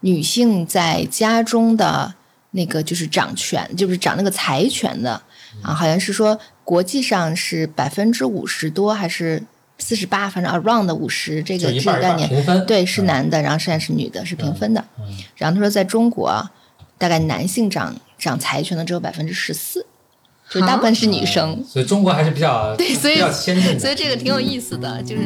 女性在家中的那个就是掌权，就是掌那个财权的啊，好像是说国际上是50%多还是48%，反正 around 50%这个概念，对，是男的，然后剩下是女的，是平分的。然后他说在中国大概男性掌财权的只有14%，就是大部分是女生， 所以中国还是比较对，所以比较先进的， 所以这个挺有意思的，就是。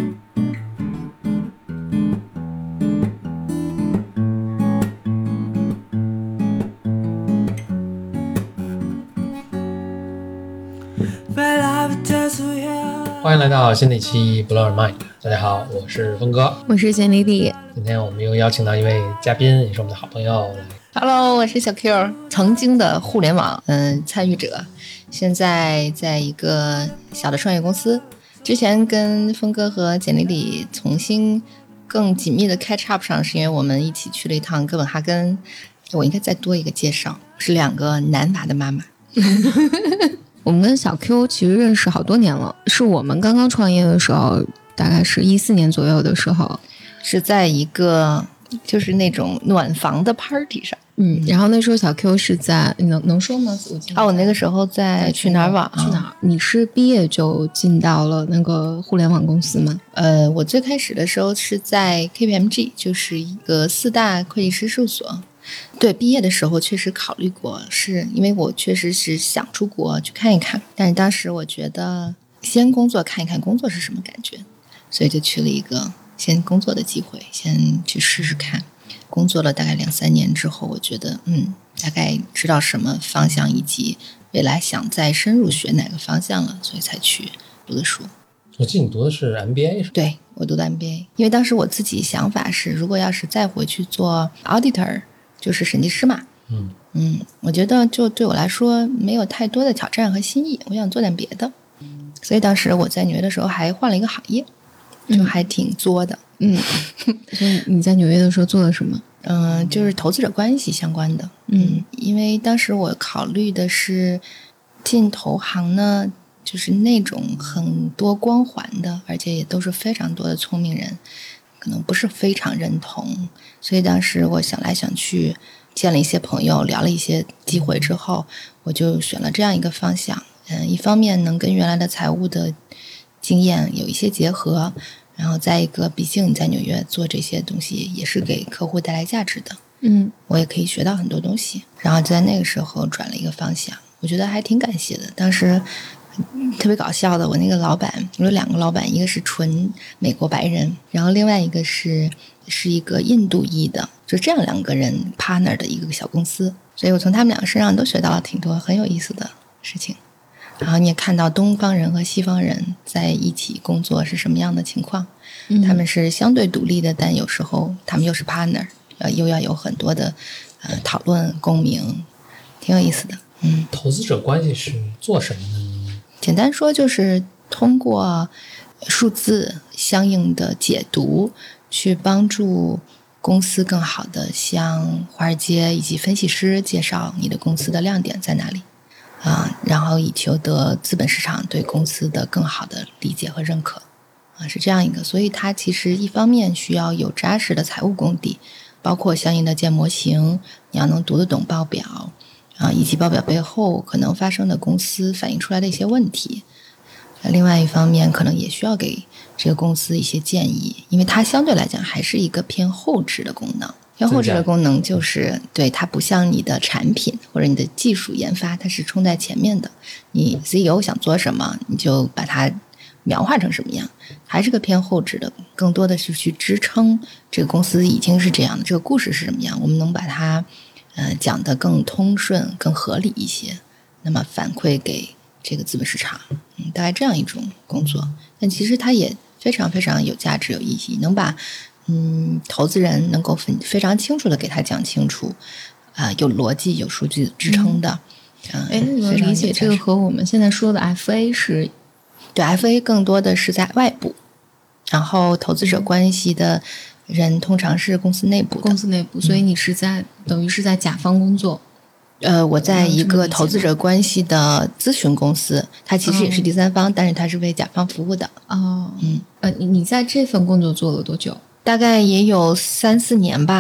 欢迎来到新的一期 Blow Your Mind。大家好，我是峰哥， 我是简丽丽。 今天我们又邀请到一位嘉宾，也是我们的好朋友。 Hello， 我是小 Q， 曾经的互联网参与者，现在在一个小的创业公司。之前跟峰哥和简丽丽重新更紧密的 catch up 上，是因为我们一起去了一趟哥本哈根。我应该再多一个介绍，是2个男娃的妈妈。 我们跟小 Q 其实认识好多年了，是我们刚刚创业的时候，大概是14年左右的时候， 是在一个就是那种暖房的 party 上。 然后那时候小 Q 是在能说吗？ 我那个时候在去哪儿网？ 去哪儿？你是毕业就进到了那个互联网公司吗？ 我最开始的时候是在 KPMG， 就是一个4大会计师事务所。对，毕业的时候确实考虑过，是因为我确实是想出国去看一看，但是当时我觉得先工作看一看工作是什么感觉，所以就去了一个先工作的机会，先去试试看。工作了大概2-3年之后，我觉得大概知道什么方向以及未来想再深入学哪个方向了，所以才去读的书。 我记得你读的是 MBA 是吧？ 对，我读的 MBA， 因为当时我自己想法是，如果要是再回去做 auditor， 就是审计师嘛，我觉得就对我来说没有太多的挑战和新意，我想做点别的。所以当时我在纽约的时候还换了一个行业，就还挺作的。 所以你在纽约的时候做了什么？ 就是投资者关系相关的。因为当时我考虑的是进投行呢，就是那种很多光环的，而且也都是非常多的聪明人，可能不是非常认同。所以当时我想来想去，见了一些朋友，聊了一些机会之后，我就选了这样一个方向。一方面能跟原来的财务的经验有一些结合，然后再一个，毕竟你在纽约做这些东西也是给客户带来价值的。我也可以学到很多东西。然后就在那个时候转了一个方向，我觉得还挺感谢的。当时特别搞笑的，我那个老板，我有2个老板，一个是纯美国白人，然后另外一个是一个印度裔的，就这样2个人 partner 的一个小公司。所以我从他们2个身上都学到了挺多很有意思的事情。然后你也看到东方人和西方人在一起工作是什么样的情况。他们是相对独立的，但有时候他们又是 partner， 又要有很多的讨论共鸣，挺有意思的。 投资者关系是做什么呢？ 简单说就是通过数字相应的解读，去帮助公司更好的向华尔街以及分析师介绍你的公司的亮点在哪里。然后以求得资本市场对公司的更好的理解和认可，是这样一个。所以它其实一方面需要有扎实的财务功底，包括相应的建模型，你要能读得懂报表，以及报表背后可能发生的公司反映出来的一些问题。另外一方面可能也需要给这个公司一些建议，因为它相对来讲还是一个偏后置的功能。偏后置的功能就是对它不像你的产品或者你的技术研发，它是冲在前面的。你 CEO 想做什么，你就把它描画成什么样，还是个偏后置的，更多的是去支撑这个公司已经是这样的，这个故事是什么样，我们能把它讲得更通顺更合理一些，那么反馈给这个资本市场。大概这样一种工作，但其实它也非常非常有价值有意义，能把投资人能够非常清楚的给他讲清楚，有逻辑有数据支撑的。 我理解这个和我们现在说的 FA 是， 对 FA 更多的是在外部，然后投资者关系的人通常是公司内部的。 公司内部，所以你是等于是在甲方工作。 我在一个投资者关系的咨询公司，它其实也是第三方，但是它是为甲方服务的。 你在这份工作做了多久？ 大概也有3-4年吧。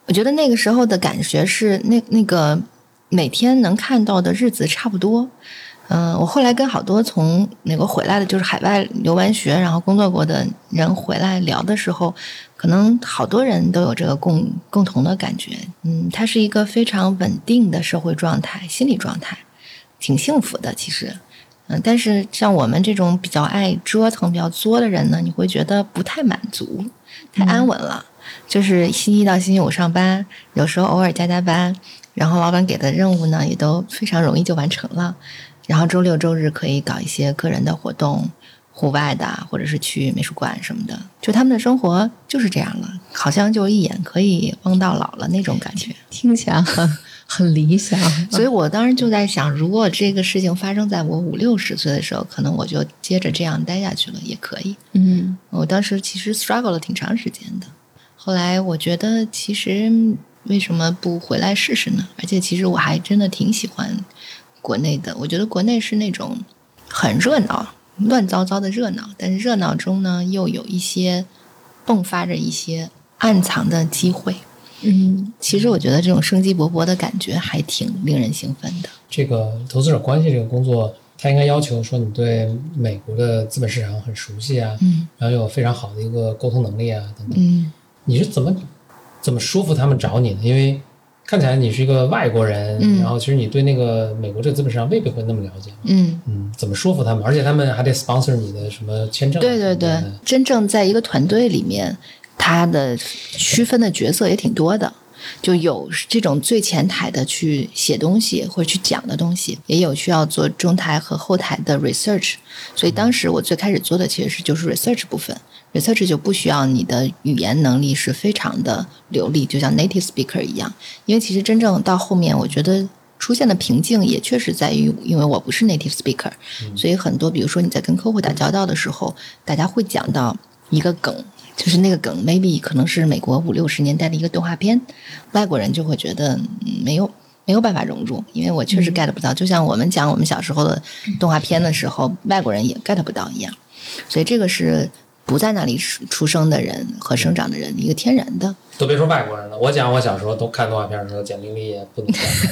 我觉得那个时候的感觉是那个每天能看到的日子差不多。我后来跟好多从美国回来的，就是海外留完学然后工作过的人回来聊的时候，可能好多人都有这个共同的感觉。它是一个非常稳定的社会状态、心理状态，挺幸福的其实。但是像我们这种比较爱折腾、比较作的人呢，你会觉得不太满足，太安稳了。就是星期一到星期五上班，有时候偶尔加班，然后老板给的任务呢也都非常容易就完成了。然后周六周日可以搞一些个人的活动，户外的或者是去美术馆什么的，就他们的生活就是这样了，好像就一眼可以望到老了那种感觉， 听起来很理想。 所以我当时就在想，如果这个事情发生在我50-60岁的时候，可能我就接着这样待下去了也可以。我当时其实 struggle 了挺长时间的，后来我觉得其实为什么不回来试试呢？而且其实我还真的挺喜欢国内的，我觉得国内是那种很热闹、乱糟糟的热闹，但是热闹中呢，又有一些迸发着一些暗藏的机会。其实我觉得这种生机勃勃的感觉还挺令人兴奋的。 这个投资者关系这个工作，它应该要求说你对美国的资本市场很熟悉啊，然后有非常好的一个沟通能力啊等等。你是怎么说服他们找你呢？因为看起来你是一个外国人，然后其实你对那个美国这个资本市场未必会那么了解。怎么说服他们？而且他们还得 sponsor 你的什么签证？ 对，真正在一个团队里面，他的区分的角色也挺多的，就有这种最前台的去写东西或者去讲的东西，也有需要做中台和后台的 research。所以当时我最开始做的其实就是 research 部分。research 就不需要你的语言能力是非常的流利，就像 native speaker 一样。因为其实真正到后面，我觉得出现的瓶颈也确实在于，因为我不是 native speaker，所以很多比如说你在跟客户打交道的时候，大家会讲到一个梗，就是那个梗 maybe 可能是美国50-60年代的一个动画片，外国人就会觉得没有办法融入，因为我确实 get 不到，就像我们讲我们小时候的动画片的时候，外国人也 get 不到一样。所以这个是不在那里出生的人和生长的人一个天然的。 都别说外国人了，我讲我小时候都看动画片的时候，简历里也不能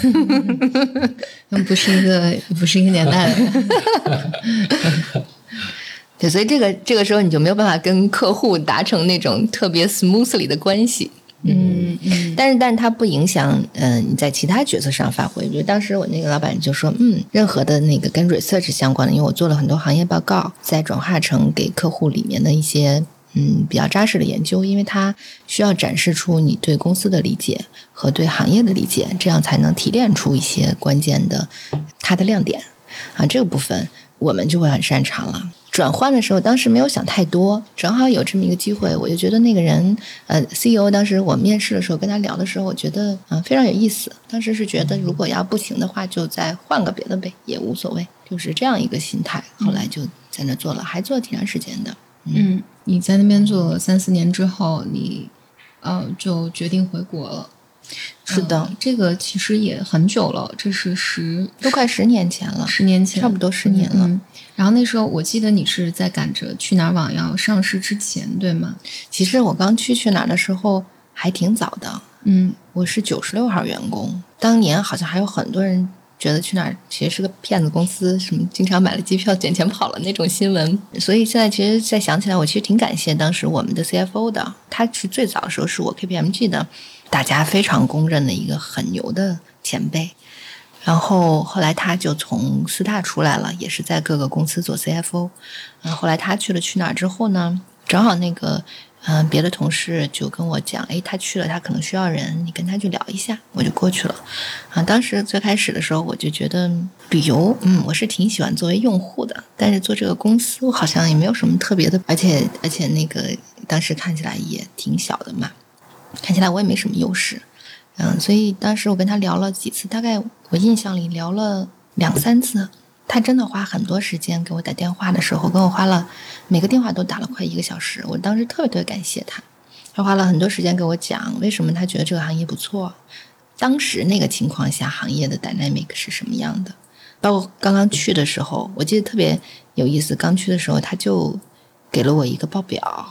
讲。 不是一个年代的。 对，所以这个时候你就没有办法跟客户达成那种特别 smoothly 的关系。但是它不影响你在其他角色上发挥。比如当时我那个老板就说任何的那个跟 research 相关的，因为我做了很多行业报告，再转化成给客户里面的一些比较扎实的研究，因为它需要展示出你对公司的理解和对行业的理解，这样才能提炼出一些关键的它的亮点啊。这个部分我们就会很擅长了。转换的时候当时没有想太多，正好有这么一个机会，我就觉得那个人CEO 当时我面试的时候跟他聊的时候，我觉得非常有意思。当时是觉得如果要不行的话就再换个别的呗，也无所谓，就是这样一个心态。后来就在那做了，还做了挺长时间的。 你在那边做了3-4年之后，你就决定回国了。 是的， 这个其实也很久了，这是都快10年前了 ，10年前， 差不多10年了。 然后那时候我记得你是在赶着去哪儿网要上市之前，对吗？ 其实我刚去哪儿的时候还挺早的，我是96号员工。当年好像还有很多人觉得去哪儿其实是个骗子公司，什么经常买了机票卷钱跑了那种新闻。所以现在其实再想起来，我其实挺感谢当时我们的 CFO 的，他是最早的时候是我 KPMG 的大家非常公认的一个很牛的前辈。然后后来他就从四大出来了，也是在各个公司做 CFO。后来他去了去哪儿之后呢，正好那个别的同事就跟我讲，他去了，他可能需要人，你跟他去聊一下，我就过去了。当时最开始的时候我就觉得旅游我是挺喜欢作为用户的，但是做这个公司我好像也没有什么特别的，而且那个当时看起来也挺小的嘛，看起来我也没什么优势。所以当时我跟他聊了几次，大概我印象里聊了2-3次。他真的花很多时间给我打电话的时候，跟我花了每个电话都打了快1个小时。我当时特别感谢他，他花了很多时间给我讲为什么他觉得这个行业不错，当时那个情况下行业的 dynamic 是什么样的。包括刚刚去的时候，我记得特别有意思，刚去的时候他就给了我一个报表，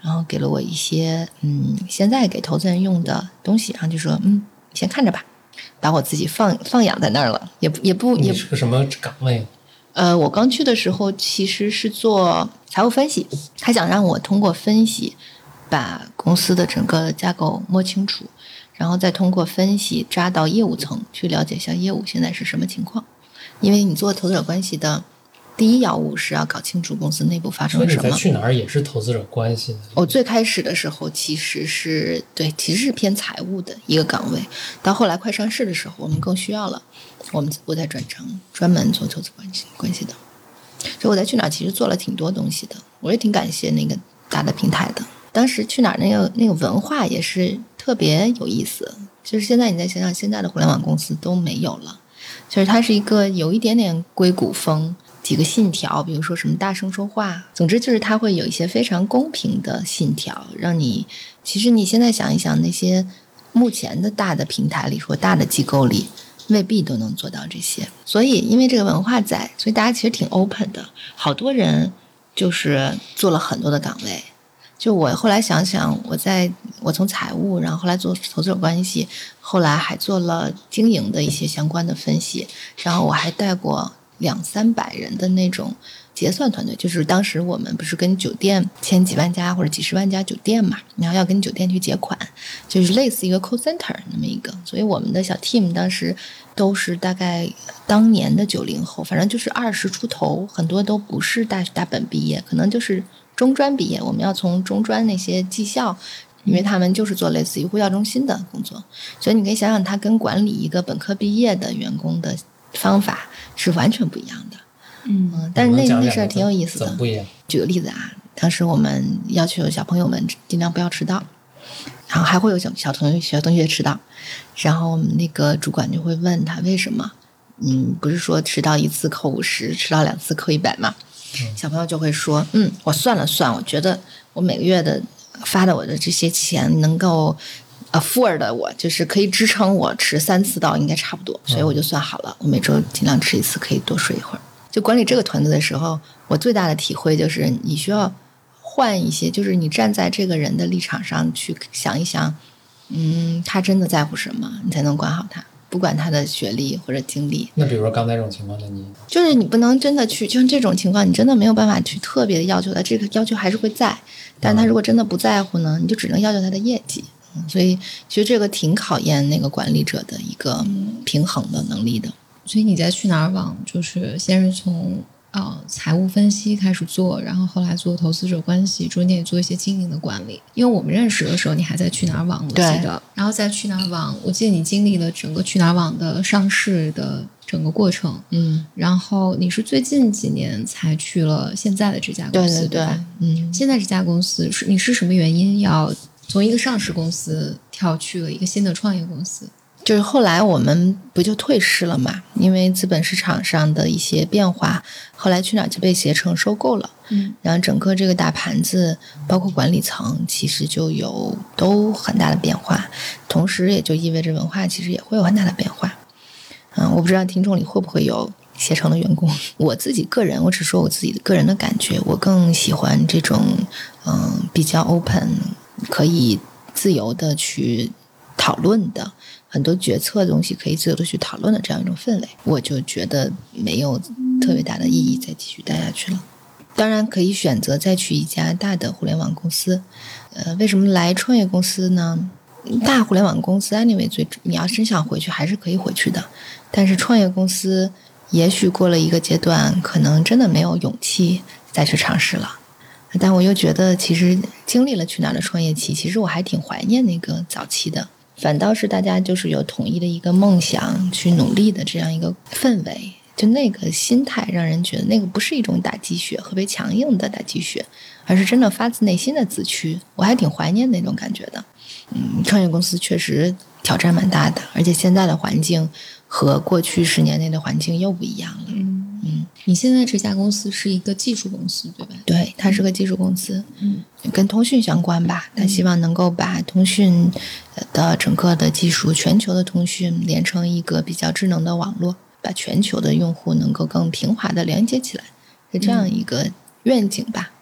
然后给了我一些现在给投资人用的东西，然后就说先看着吧，把我自己放养在那儿了，也不你是个什么岗位？ 我刚去的时候其实是做财务分析，他想让我通过分析把公司的整个架构摸清楚，然后再通过分析扎到业务层去了解一下业务现在是什么情况。因为你做投资者关系的第一要务是要搞清楚公司内部发生了什么。 所以你在去哪儿也是投资者关系的？ 我最开始的时候其实是偏财务的一个岗位，到后来快上市的时候我们更需要了，我才转成专门做投资关系的。所以我在去哪儿其实做了挺多东西的，我也挺感谢那个大的平台的。当时去哪儿那个文化也是特别有意思，就是现在你再想想，现在的互联网公司都没有了，就是它是一个有一点点硅谷风，几个信条，比如说什么大声说话，总之就是它会有一些非常公平的信条，让你其实你现在想一想，那些目前的大的平台里或大的机构里未必都能做到这些。所以因为这个文化在，所以大家其实挺 open 的，好多人就是做了很多的岗位。就我后来想想，我从财务，然后后来做投资者关系，后来还做了经营的一些相关的分析，然后我还带过200-300人的那种结算团队，就是当时我们不是跟酒店签几万家或者几十万家酒店嘛，然后要跟酒店去结款，就是类似一个 call center 那么一个，所以我们的小 team 当时都是大概当年的90后，反正就是20出头，很多都不是大本毕业，可能就是中专毕业，我们要从中专那些技校，因为他们就是做类似于呼叫中心的工作，所以你可以想想，他跟管理一个本科毕业的员工的方法是完全不一样的。但是那事儿挺有意思的。 怎么不一样？ 举个例子啊，当时我们要求小朋友们尽量不要迟到，然后还会有小同学迟到，然后我们那个主管就会问他为什么，不是说迟到1次扣50，迟到2次扣100吗？小朋友就会说，我算了算，我觉得我每个月的发的我的这些钱能够afford 的我就是可以支撑我迟3次到应该差不多，所以我就算好了，我每周尽量吃1次，可以多睡一会儿。就管理这个团队的时候，我最大的体会就是你需要换一些，就是你站在这个人的立场上去想一想，他真的在乎什么，你才能管好他，不管他的学历或者经历。 那比如说刚才这种情况， 就是你不能真的去，就像这种情况，你真的没有办法去特别的要求他，这个要求还是会在，但他如果真的不在乎呢，你就只能要求他的业绩。所以其实这个挺考验那个管理者的一个平衡的能力的。 所以你在去哪儿网就是先是从财务分析开始做，然后后来做投资者关系，中间也做一些经营的管理。因为我们认识的时候你还在去哪儿网，我记得。然后在去哪儿网，我记得你经历了整个去哪儿网的上市的整个过程。然后你是最近几年才去了现在的这家公司，对吧？现在这家公司你是什么原因要从一个上市公司跳去了一个新的创业公司？ 就是后来我们不就退市了嘛，因为资本市场上的一些变化，后来去哪儿就被携程收购了。然后整个这个大盘子包括管理层其实都很大的变化，同时也就意味着文化其实也会有很大的变化。我不知道听众里会不会有携程的员工，我自己个人，我只说我自己的个人的感觉，我更喜欢这种比较 open， 可以自由的去讨论的，很多决策的东西可以自由的去讨论的这样一种氛围，我就觉得没有特别大的意义再继续待下去了。当然可以选择再去一家大的互联网公司。为什么来创业公司呢？大互联网公司 anyway 你要真想回去还是可以回去的，但是创业公司也许过了一个阶段可能真的没有勇气再去尝试了。但我又觉得其实经历了去哪儿的创业期，其实我还挺怀念那个早期的，反倒是大家就是有统一的一个梦想去努力的这样一个氛围，就那个心态让人觉得那个不是一种打鸡血特别强硬的打鸡血，而是真的发自内心的自驱，我还挺怀念那种感觉的。创业公司确实挑战蛮大的，而且现在的环境和过去10年内的环境又不一样了。 你现在这家公司是一个技术公司对吧？ 对，它是个技术公司，跟通讯相关吧。它希望能够把通讯的整个的技术，全球的通讯连成一个比较智能的网络，把全球的用户能够更平滑的连接起来，是这样一个愿景吧。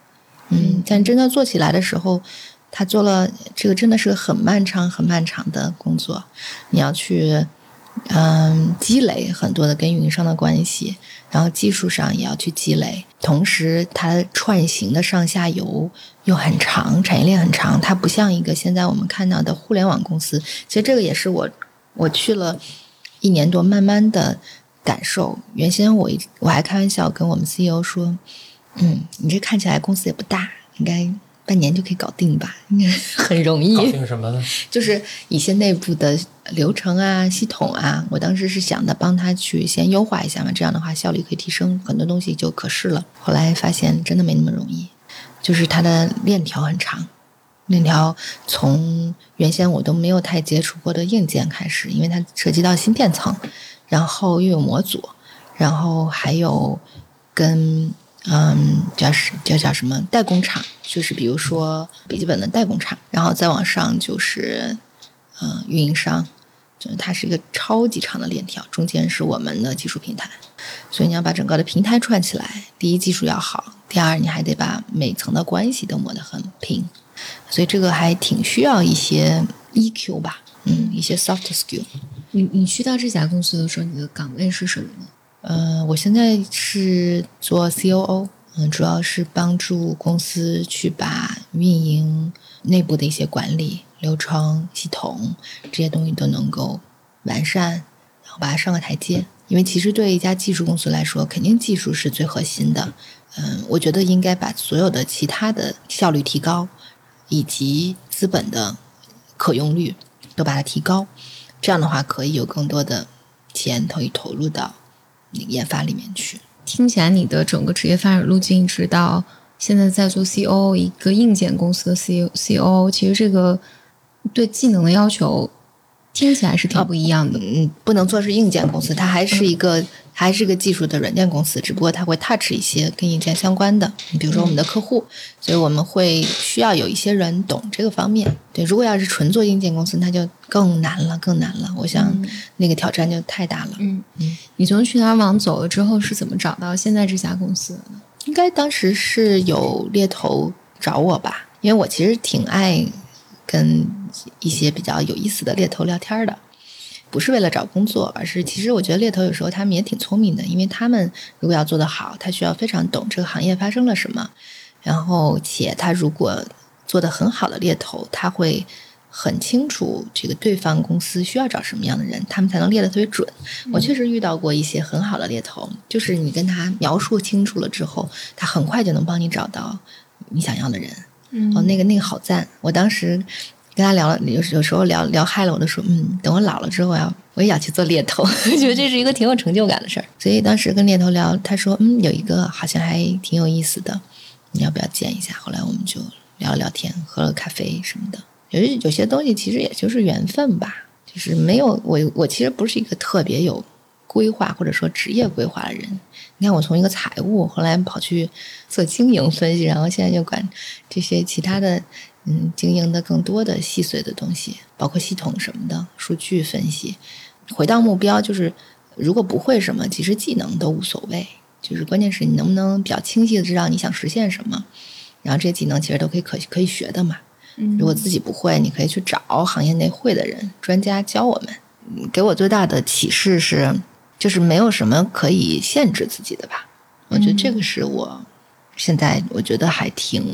但真的做起来的时候，他做了这个真的是个很漫长很漫长的工作，你要去积累很多的跟运营商的关系，然后技术上也要去积累，同时它串行的上下游又很长，产业链很长，它不像一个现在我们看到的互联网公司。其实这个也是我去了1年多慢慢的感受。原先我还开玩笑跟我们 CEO 说，你这看起来公司也不大，应该半年就可以搞定吧，应该很容易。 搞定什么呢？ 就是一些内部的流程啊、系统啊，我当时是想的帮他去先优化一下嘛，这样的话效率可以提升，很多东西就可视了。后来发现真的没那么容易，就是它的链条很长，链条从原先我都没有太接触过的硬件开始，因为它涉及到芯片层，然后又有模组，然后还有跟叫什么代工厂，就是比如说笔记本的代工厂，然后再往上就是运营商，就是它是一个超级长的链条，中间是我们的技术平台，所以你要把整个的平台串起来，第一技术要好，第二你还得把每层的关系都摸得很平，所以这个还挺需要一些 EQ 吧，一些 soft skill。 你去到这家公司的时候，你的岗位是什么呢？ 我现在是做 COO，主要是帮助公司去把运营内部的一些管理流程、系统这些东西都能够完善，然后把它上个台阶。因为其实对一家技术公司来说，肯定技术是最核心的。我觉得应该把所有的其他的效率提高，以及资本的可用率都把它提高。这样的话，可以有更多的钱可以投入到研发里面去。 听起来你的整个职业发展路径，直到现在在做 COO， 一个硬件公司的 COO， 其实这个对技能的要求听起来是挺不一样的。 不能说是硬件公司，它还是一个技术的软件公司，只不过它会 touch 一些跟硬件相关的，比如说我们的客户，所以我们会需要有一些人懂这个方面。对，如果要是纯做硬件公司，那就更难了。我想那个挑战就太大了。 你从去哪儿网走了之后，是怎么找到现在这家公司的呢？ 应该当时是有猎头找我吧，因为我其实挺爱跟一些比较有意思的猎头聊天的，不是为了找工作，而是其实我觉得猎头有时候他们也挺聪明的，因为他们如果要做得好，他需要非常懂这个行业发生了什么，然后且他如果做得很好的猎头，他会很清楚这个对方公司需要找什么样的人，他们才能猎得特别准。我确实遇到过一些很好的猎头，就是你跟他描述清楚了之后，他很快就能帮你找到你想要的人。那个好赞！我当时跟他聊了，有时候聊嗨了，我都说等我老了之后我也要去做猎头，觉得这是一个挺有成就感的事儿。所以当时跟猎头聊，他说有一个好像还挺有意思的，你要不要见一下？后来我们就聊聊天，喝了咖啡什么的。有些东西其实也就是缘分吧，就是没有我其实不是一个特别有规划或者说职业规划的人。你看我从一个财务后来跑去做经营分析，然后现在就管这些其他的经营的更多的细碎的东西，包括系统什么的数据分析。回到目标，就是如果不会什么，其实技能都无所谓，就是关键是你能不能比较清晰的知道你想实现什么，然后这些技能其实都可以学的嘛。如果自己不会，你可以去找行业内会的人专家教我们。给我最大的启示是，就是没有什么可以限制自己的吧。我觉得这个是我现在我觉得还挺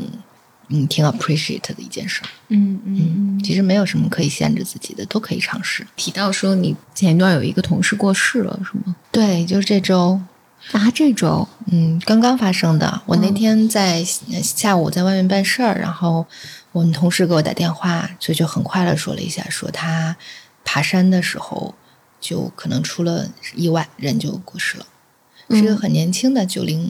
appreciate 的一件事。其实没有什么可以限制自己的，都可以尝试。 提到说你前一段有一个同事过世了，是吗？ 对，就是这周。 这周刚刚发生的。我那天在下午在外面办事儿，然后我们同事给我打电话，所以就很快的说了一下，说他爬山的时候就可能出了意外，人就过世了。是个很年轻的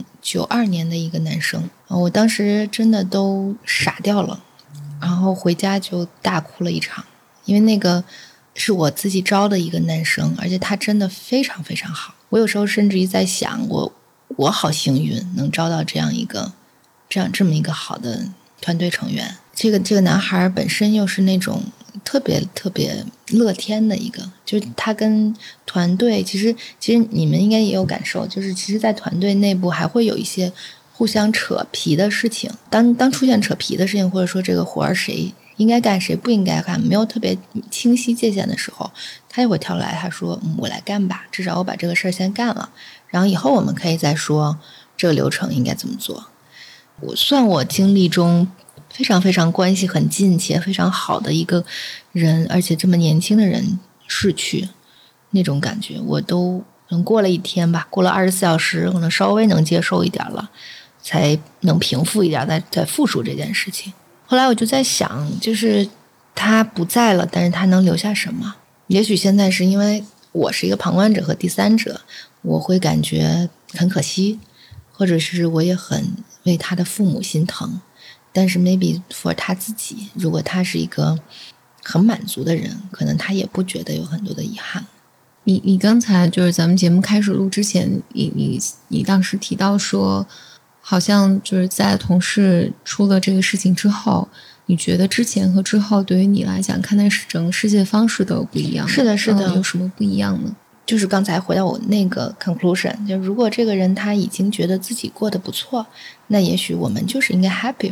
92年的一个男生。我当时真的都傻掉了，然后回家就大哭了一场，因为那个是我自己招的一个男生，而且他真的非常非常好。我有时候甚至于在想，我好幸运能招到这么一个好的团队成员。这个男孩本身又是那种特别特别乐天的一个，就是他跟团队其实你们应该也有感受，就是其实在团队内部还会有一些互相扯皮的事情，当出现扯皮的事情，或者说这个活儿谁应该干谁不应该干，没有特别清晰界限的时候，他就会跳出来，他说我来干吧，至少我把这个事儿先干了，然后以后我们可以再说这个流程应该怎么做。我算我经历中非常非常关系很近且非常好的一个人，而且这么年轻的人逝去，那种感觉我都过了一天吧，过了24小时，可能稍微能接受一点了，才能平复一点，再复述这件事情。后来我就在想，就是他不在了，但是他能留下什么？也许现在是因为我是一个旁观者和第三者，我会感觉很可惜，或者是我也很为他的父母心疼，但是 maybe for 他自己，如果他是一个很满足的人，可能他也不觉得有很多的遗憾。 你刚才就是咱们节目开始录之前，你当时提到说，好像就是在同事出了这个事情之后，你觉得之前和之后对于你来讲看待整个世界方式都有不一样。 是的是的， 有什么不一样呢？ 就是刚才回到我那个 conclusion， 就如果这个人他已经觉得自己过得不错，那也许我们就是应该 happy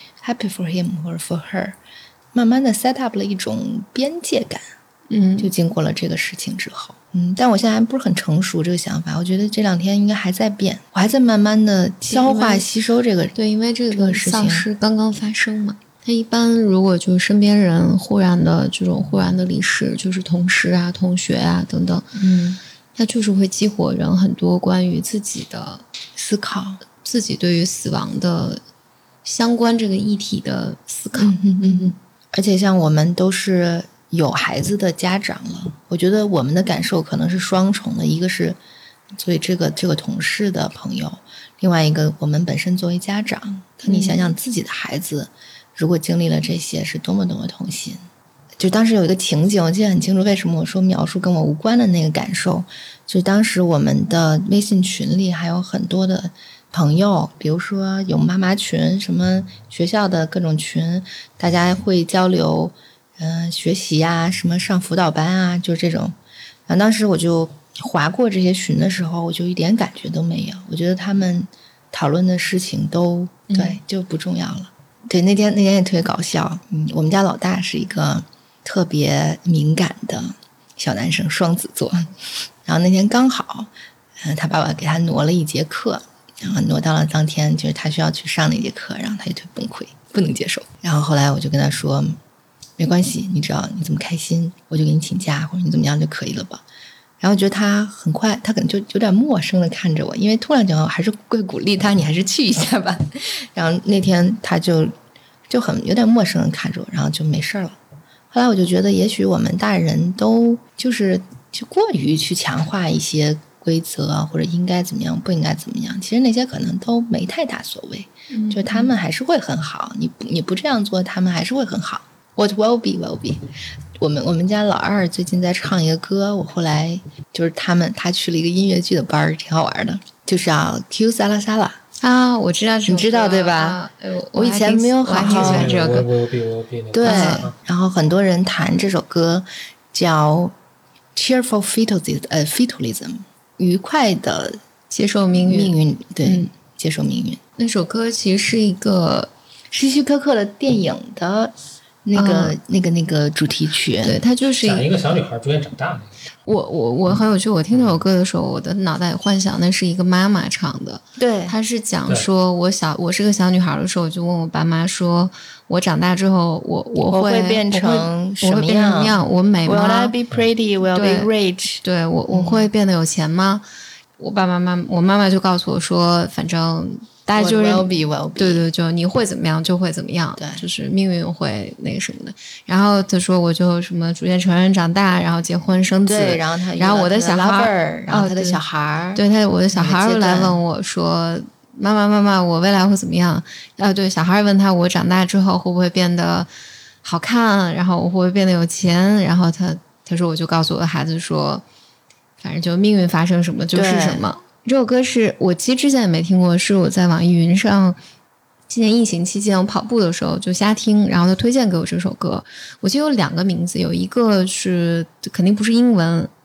for him 或者 for her， 慢慢的 set up 了一种边界感。就经过了这个事情之后，但我现在还不是很成熟这个想法，我觉得这2天应该还在变，我还在慢慢的消化吸收这个。 对，因为这个丧事刚刚发生嘛，他一般如果就是身边人忽然的离世，就是同事啊、同学啊等等，他就是会激活人很多关于自己的思考， 自己对于死亡的相关这个议题的思考。 而且像我们都是有孩子的家长了，我觉得我们的感受可能是双重的，一个是作为这个同事的朋友，另外一个我们本身作为家长，你想想自己的孩子如果经历了这些是多么多么痛心。就当时有一个情景我记得很清楚，为什么我说描述跟我无关的那个感受，就当时我们的微信群里还有很多的朋友，比如说有妈妈群，什么学校的各种群，大家会交流学习啊，什么上辅导班啊，就这种。然后当时我就划过这些群的时候，我就一点感觉都没有，我觉得他们讨论的事情都对就不重要了。对，那天也特别搞笑。我们家老大是一个特别敏感的小男生，双子座。然后那天刚好他爸爸给他挪了一节课，然后挪到了当天就是他需要去上那节课，然后他就特别崩溃，不能接受。然后后来我就跟他说没关系，你只要你这么开心，我就给你请假，或者你怎么样就可以了吧。然后觉得他很快，他可能就有点陌生的看着我，因为突然讲我还是会鼓励他，你还是去一下吧。然后那天他就很有点陌生的看着我，然后就没事了。后来我就觉得也许我们大人都就过于去强化一些规则，或者应该怎么样不应该怎么样，其实那些可能都没太大所谓，就他们还是会很好，你不这样做他们还是会很好。What will be will be。 我们家老二最近在唱一个歌，我后来就是他去了一个音乐剧的班，挺好玩的，就是叫 Q 萨拉萨拉啊，我知道， 你知道对吧？我以前没有好好喜欢这首歌。 对，然后很多人弹这首歌叫 Cheerful Fatalism， 愉快的接受命运， 对，接受命运。 那首歌其实是一个希区柯克的电影的那个主题曲， 对，它就是讲一个小女孩逐渐长大的。 我很有趣，我听这首歌的时候，我的脑袋幻想那是一个妈妈唱的。 对， 她是讲说我是个小女孩的时候，我就问我爸妈说，我长大之后我会变成什么样？ 我美吗 ？Will I be pretty? Will I be rich? 对，我会变得有钱吗？我妈妈就告诉我说，反正大家就是 will be 对，就你会怎么样就会怎么样， 对， 就是命运会那个什么的。然后他说我就什么逐渐成人长大，然后结婚生子， 对，然后我的小孩， 然后他的小孩， 对我的小孩来问我说，妈妈，我未来会怎么样？对，小孩问他我长大之后会不会变得好看，然后我会不会变得有钱？然后他说我就告诉我的孩子说，反正就命运发生什么就是什么。这首歌是我其实之前也没听过，是我在网易云上今年疫情期间我跑步的时候就瞎听，然后他推荐给我这首歌。我记得有2个名字，有一个是肯定不是英文，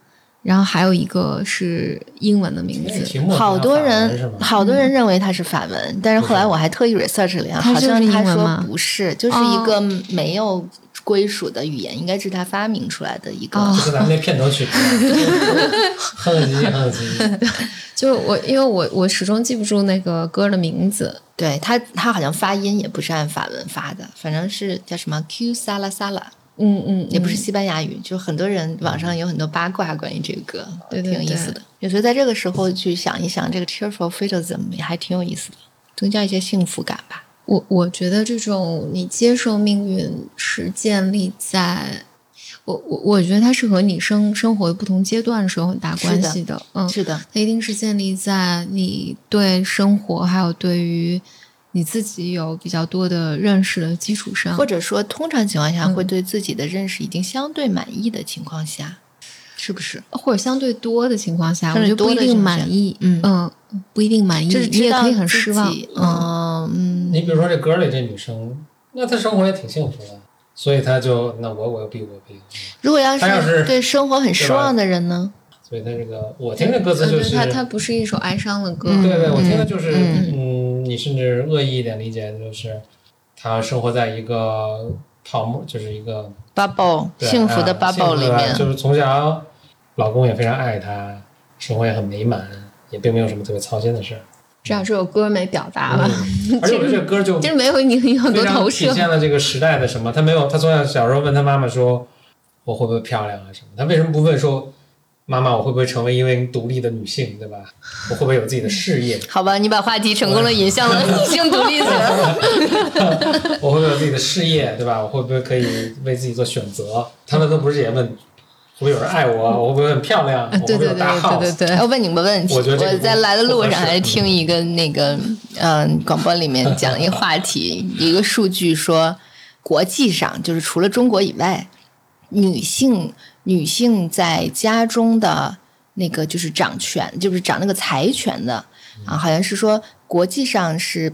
然后还有一个是英文的名字。 好多人认为它是法文，但是后来我还特意 research 了一下，好像他说不是，就是一个没有归属的语言，应该是他发明出来的一个。 就跟咱们那片头曲哼唧。 就因为我始终记不住那个歌的名字。 对，他好像发音也不是按法文发的，反正是叫什么 Q Sala Sala。也不是西班牙语，就很多人网上有很多八卦关于这个歌， 对， 挺有意思的。所以在这个时候去想一想这个 Tearful Fatalism 也还挺有意思的，增加一些幸福感吧。 我觉得这种你接受命运是建立在我觉得它是和你生活的不同阶段是有很大关系的。 是的， 它一定是建立在你对生活还有对于你自己有比较多的认识的基础上， 或者说通常情况下会对自己的认识已经相对满意的情况下，是不是？ 或者相对多的情况下，我觉得不一定满意。不一定满意， 就是你也可以很失望。 你比如说这歌里这女生，那她生活也挺幸福的，所以她就那我比。 如果要是对生活很失望的人呢？ 所以她这个我听的歌词就是它不是一首哀伤的歌。 对，我听的就是你甚至恶意一点理解，就是她生活在一个泡沫，就是一个 bubble 幸福的 bubble 里面， 就是从小老公也非常爱她，生活也很美满，也并没有什么特别操心的事。 至少这首歌没表达了， 而且我觉得这个歌就没有你很多投射， 体现了这个时代的什么？他从小时候问他妈妈说我会不会漂亮啊什么？他为什么不问说妈妈我会不会成为一位独立的女性，对吧？我会不会有自己的事业？ 好吧，你把话题成功的引向了女性独立者。 我会不会有自己的事业，对吧？我会不会可以为自己做选择？他们都不是也问会不会有人爱我，我会不会很漂亮？我会不会有大 house？ 对。我问你们问题， 我在来的路上还听一个那个广播里面讲一个话题，一个数据说，国际上就是除了中国以外，女性在家中的那个就是掌权，就是掌那个财权的好像是说国际上是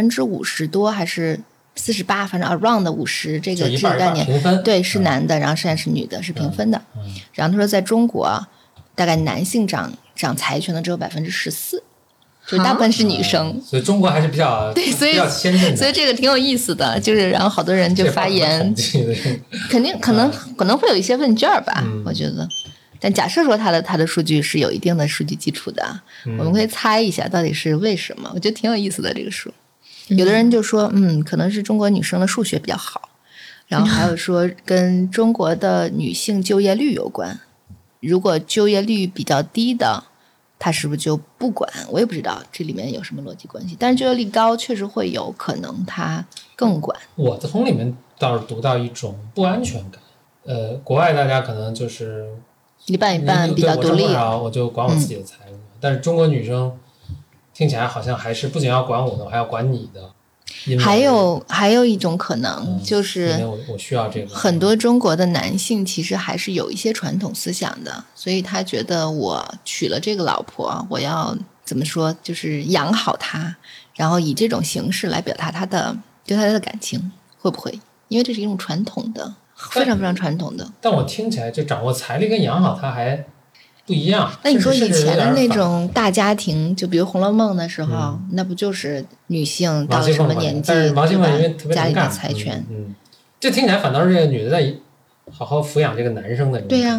50%多还是48%，反正 around 50%这个概念，对，是男的，然后剩下是女的，是平分的。然后他说在中国大概男性掌财权的只有14%，就是大部分是女生。 所以中国还是比较对，所以比较先进的， 所以这个挺有意思的，就是然后好多人就发言，肯定可能会有一些问卷吧，我觉得。但假设说他的数据是有一定的数据基础的，我们可以猜一下到底是为什么。我觉得挺有意思的这个数。有的人就说可能是中国女生的数学比较好，然后还有说跟中国的女性就业率有关。如果就业率比较低的，他是不是就不管？我也不知道这里面有什么逻辑关系。但是就业率高确实会有可能他更管。 我从里面倒是读到一种不安全感。国外大家可能就是一半一半比较独立， 我就管我自己的财务。但是中国女生听起来好像还是不仅要管我的，我还要管你的。 还有一种可能就是因为我需要这个。 很多中国的男性其实还是有一些传统思想的，所以他觉得我娶了这个老婆，我要怎么说，就是养好她，然后以这种形式来表达对他的感情，会不会？因为这是一种传统的，非常非常传统的。 但我听起来就掌握财力跟养好她还不一样。 那你说以前的那种大家庭，就比如《红楼梦》的时候，那不就是女性到了什么年纪， 但是王熙凤因为特别家里的财权， 这听起来反倒是这个女的在好好抚养这个男生的。 对呀、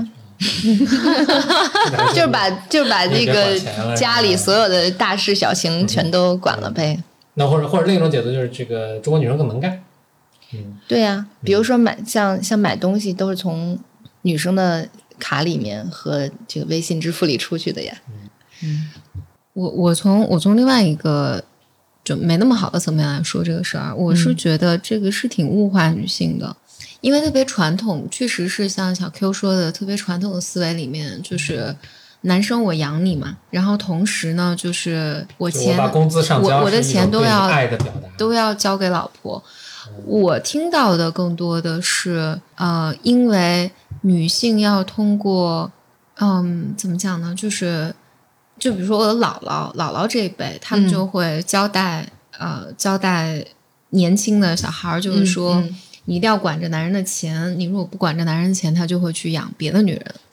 就是把这个家里所有的大事小情全都管了呗。 那或者另一种解读就是这个中国女生更能干。 对呀、比如说像买东西都是从女生的卡里面和这个微信支付里出去的呀。 我从另外一个就没那么好的层面来说这个事儿，我是觉得这个是挺物化女性的，因为特别传统，确实是像小 Q 说的，特别传统的思维里面就是男生我养你嘛，然后同时呢就是我把工资上交， 我的钱都要爱的表达， 都要交给老婆。我听到的更多的是因为女性要通过怎么讲呢，就比如说我的姥姥这一辈，他们就会交代年轻的小孩，就是说你一定要管着男人的钱，你如果不管着男人的钱，他就会去养别的女人。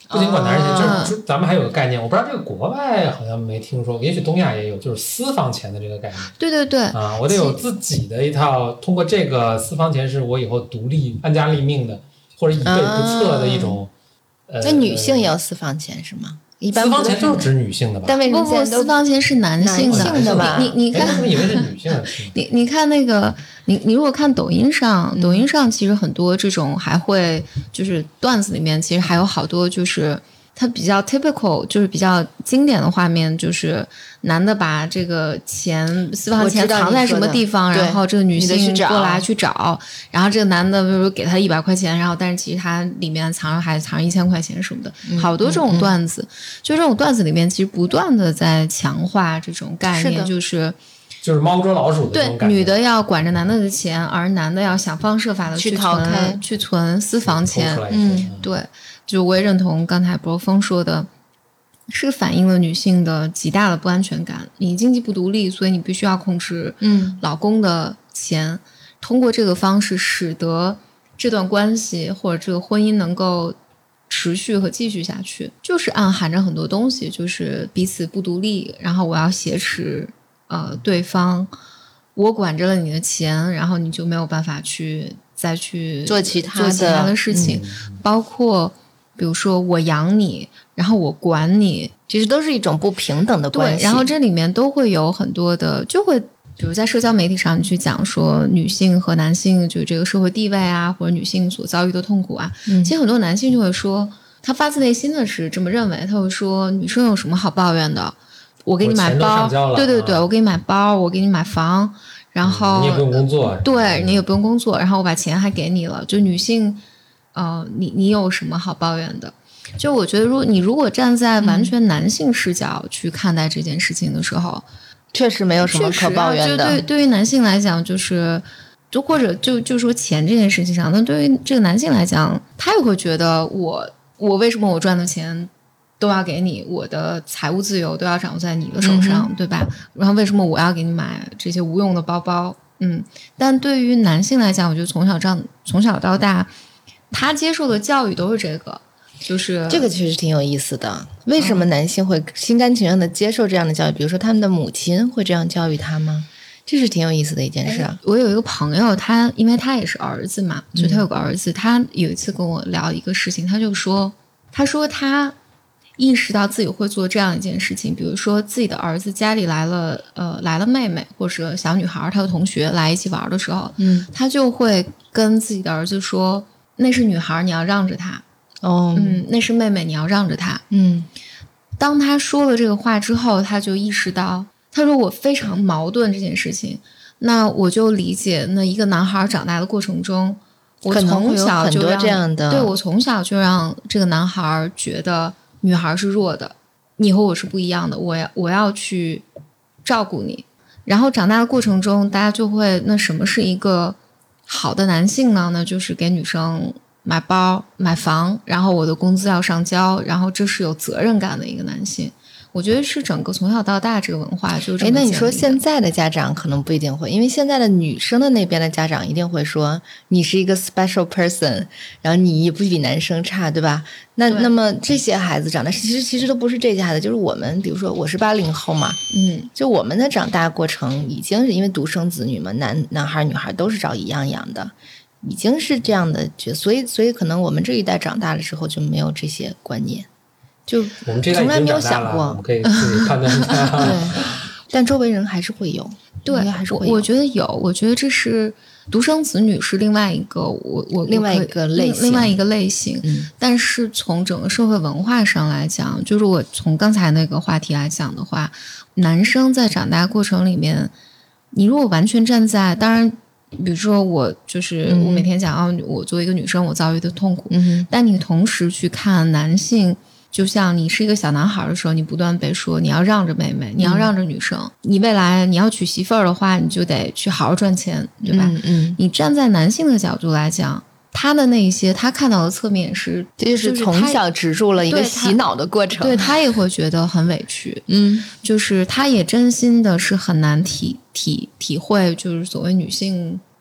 不仅管男人钱，就是咱们还有个概念，我不知道这个国外好像没听说，也许东亚也有，就是私房钱的这个概念。 对对对啊，我得有自己的一套，通过这个私房钱是我以后独立安家立命的，或者以备不测的一种。 那女性也有私房钱是吗？一般私房钱就是指女性的吧？ 但为什么不私房钱是男性的吧？ 你看， 我以为是女性的。 你看那个，你如果看抖音上，抖音上其实很多这种还会就是段子里面，其实还有好多就是它比较 typical， 就是比较经典的画面，就是男的把这个钱私房钱藏在什么地方，然后这个女性过来去找，然后这个男的比如给他100块钱，然后但是其实他里面藏1000块钱什么的，好多这种段子，就这种段子里面其实不断的在强化这种概念，就是猫捉老鼠的这种感觉。 对，女的要管着男的的钱，而男的要想方设法的去存私房钱。对，就我也认同刚才博峰说的，是反映了女性的极大的不安全感。你经济不独立，所以你必须要控制老公的钱，通过这个方式使得这段关系或者这个婚姻能够持续和继续下去，就是暗含着很多东西，就是彼此不独立，然后我要挟持对方，我管着了你的钱，然后你就没有办法再去做其他的事情，包括比如说我养你，然后我管你， 其实都是一种不平等的关系。 对，然后这里面都会有很多的，就会比如在社交媒体上去讲说女性和男性就这个社会地位啊，或者女性所遭遇的痛苦啊，其实很多男性就会说，他发自内心的是这么认为，他会说女生有什么好抱怨的？我给你买包，对对对，我给你买包，我给你买房，然后你也不用工作， 对，你也不用工作，然后我把钱还给你了。就女性，你有什么好抱怨的？就我觉得，如果站在完全男性视角去看待这件事情的时候， 确实没有什么可抱怨的。 就对于男性来讲，就或者就说钱这件事情上，那对于这个男性来讲，他也会觉得我为什么我赚的钱都要给你，我的财务自由都要掌握在你的手上，对吧？然后为什么我要给你买这些无用的包包？但对于男性来讲，我觉得从小到大，他接受的教育都是这个，就是这个其实挺有意思的。为什么男性会心甘情愿的接受这样的教育？比如说他们的母亲会这样教育他吗？这是挺有意思的一件事。 我有一个朋友，因为他也是儿子嘛，就他有个儿子，他有一次跟我聊一个事情，他说他意识到自己会做这样一件事情，比如说自己的儿子家里来了妹妹或者小女孩，他的同学来一起玩的时候，他就会跟自己的儿子说，那是女孩，你要让着她。那是妹妹，你要让着她。当他说了这个话之后，他就意识到，他说我非常矛盾这件事情。那我就理解，那一个男孩长大的过程中，我从小就这样的， 对，我从小就让这个男孩觉得女孩是弱的，你和我是不一样的，我要去照顾你。然后长大的过程中，大家就会，那什么是一个好的男性呢？那就是给女生买包买房，然后我的工资要上交，然后这是有责任感的一个男性。我觉得是整个从小到大这个文化就这么建立的。 那你说现在的家长可能不一定会，因为现在的女生的那边的家长一定会说你是一个 special person， 然后你也不比男生差，对吧？那么这些孩子长大，其实都不是这些孩子，就是我们，比如说我是80后嘛，就我们的长大过程已经是因为独生子女嘛，男孩女孩都是找一样养的，已经是这样的，所以可能我们这一代长大了之后就没有这些观念。就我们这从来没有想过， 我们可以自己判断一下。 对，但周围人还是会有， 对， 还是会有。 我觉得有，我觉得这是独生子女是另外一个另外一个类型。 但是从整个社会文化上来讲，就是我从刚才那个话题来讲的话，男生在长大过程里面，你如果完全站在，当然。比如说我我每天讲我作为一个女生我遭遇的痛苦，但你同时去看男性，就像你是一个小男孩的时候，你不断被说你要让着妹妹，你要让着女生，你未来你要娶媳妇儿的话，你就得去好好赚钱，对吧？你站在男性的角度来讲，他的那些他看到的侧面是， 就是从小植入了一个洗脑的过程， 对他也会觉得很委屈，就是他也真心的是很难体会，就是所谓女性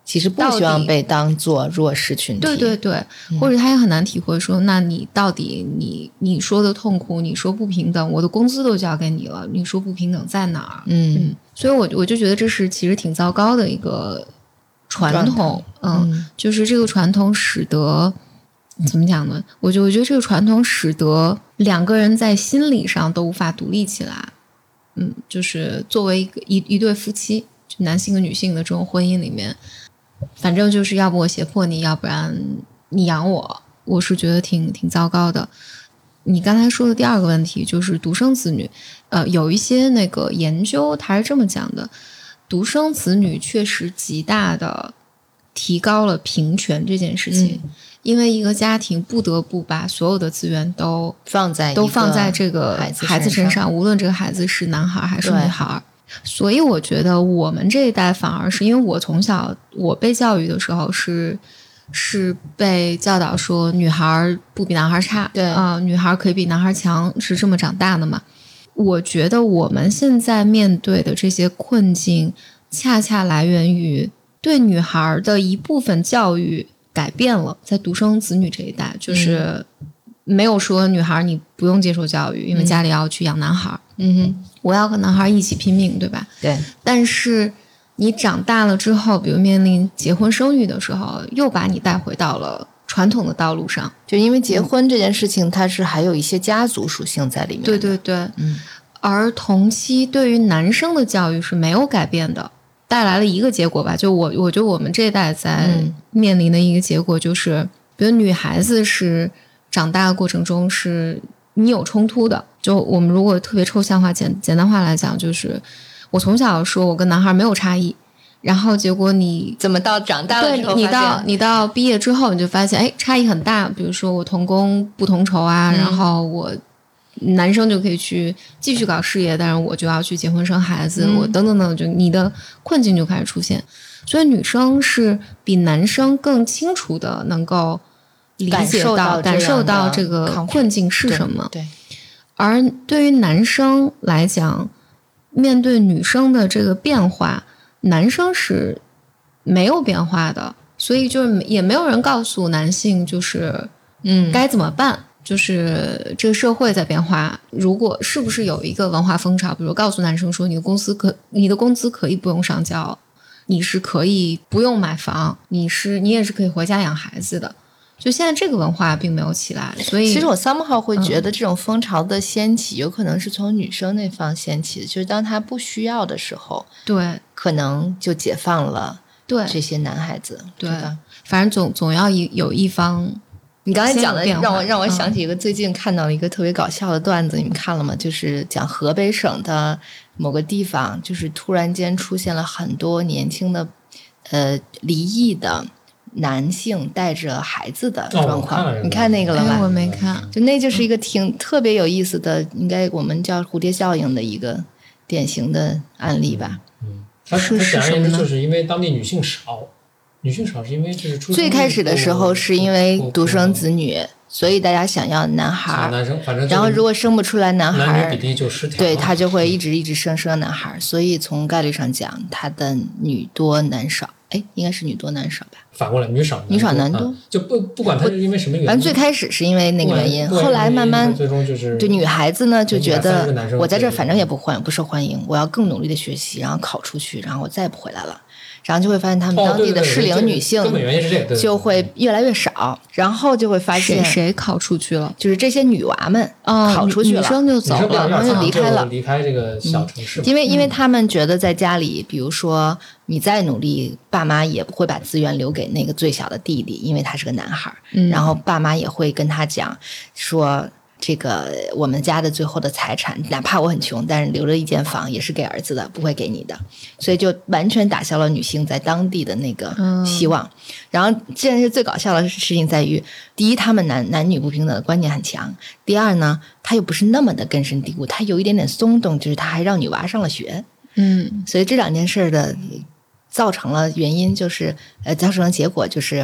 其实不希望被当做弱势群体。 对对对，或者他也很难体会说，那你到底你说的痛苦，你说不平等，我的工资都交给你了，你说不平等在哪儿？所以我就觉得这是其实挺糟糕的一个传统。就是这个传统使得怎么讲呢？我觉得这个传统使得两个人在心理上都无法独立起来。就是作为一对夫妻，就男性和女性的这种婚姻里面，反正就是要不我胁迫你，要不然你养我，我是觉得挺糟糕的。你刚才说的第二个问题就是独生子女，有一些那个研究它是这么讲的，独生子女确实极大的提高了平权这件事情。因为一个家庭不得不把所有的资源都放在这个孩子身上，无论这个孩子是男孩还是女孩。所以我觉得我们这一代反而是因为我从小我被教育的时候是被教导说女孩不比男孩差，对女孩可以比男孩强，是这么长大的嘛。我觉得我们现在面对的这些困境恰恰来源于对女孩的一部分教育改变了，在独生子女这一代，就是没有说女孩你不用接受教育，因为家里要去养男孩。我要和男孩一起拼命，对吧？对。但是你长大了之后，比如面临结婚生育的时候，又把你带回到了传统的道路上。 就因为结婚这件事情，它是还有一些家族属性在里面的。 对对对。而同期对于男生的教育是没有改变的。带来了一个结果吧，就我觉得我们这一代在面临的一个结果就是，比如女孩子是长大的过程中是你有冲突的。就我们如果特别抽象化简单化来讲，就是我从小说我跟男孩没有差异，然后结果你怎么到长大了之后发现， 你到毕业之后你就发现，哎，差异很大。比如说我同工不同酬啊，然后我男生就可以去继续搞事业，但是我就要去结婚生孩子，我等等等，就你的困境就开始出现。所以女生是比男生更清楚的能够理解到感受到这个困境是什么。对。而对于男生来讲，面对女生的这个变化，男生是没有变化的，所以就是也没有人告诉男性就是该怎么办。就是这个社会在变化，如果是不是有一个文化风潮，比如告诉男生说你的工资可以不用上交，你是可以不用买房，你也是可以回家养孩子的。就现在这个文化并没有起来，所以其实我somehow会觉得这种风潮的掀起有可能是从女生那方掀起的，就是当她不需要的时候， 对， 可能就解放了这些男孩子， 对吧？反正总要有一方。 你刚才讲的让我想起一个最近看到一个特别搞笑的段子，你们看了吗？就是讲河北省的某个地方，就是突然间出现了很多年轻的离异的男性带着孩子的状况。你看那个了吗？ 我没看。 就那就是一个特别有意思的，应该我们叫蝴蝶效应的一个典型的案例吧。 它简而言之就是因为当地女性少。女性少是因为就是最开始的时候是因为独生子女，所以大家想要男孩，然后如果生不出来男孩， 男女比例就失调， 对，他就会一直生男孩，所以从概率上讲，他的女多男少。哎，应该是女多男少吧？ 反过来，女少男多， 就不管他是因为什么原因。 反正最开始是因为那个原因，后来慢慢最终就是女孩子呢就觉得我在这儿反正也不受欢迎，我要更努力的学习，然后考出去，然后我再也不回来了。然后就会发现他们当地的适龄女性就会越来越少，然后就会发现谁考出去了， 就是这些女娃们考出去了， 女生就走了， 然后就离开了， 离开这个小城市。 因为他们觉得在家里，比如说你再努力，爸妈也不会把资源留给那个最小的弟弟，因为他是个男孩，然后爸妈也会跟他讲说，这个我们家的最后的财产，哪怕我很穷，但是留了一间房也是给儿子的，不会给你的，所以就完全打消了女性在当地的那个希望。然后这件事最搞笑的事情在于，第一，他们男女不平等的观念很强；第二呢，他又不是那么的根深蒂固，他有一点点松动，就是他还让女娃上了学。所以这两件事的造成了原因就是造成了结果就是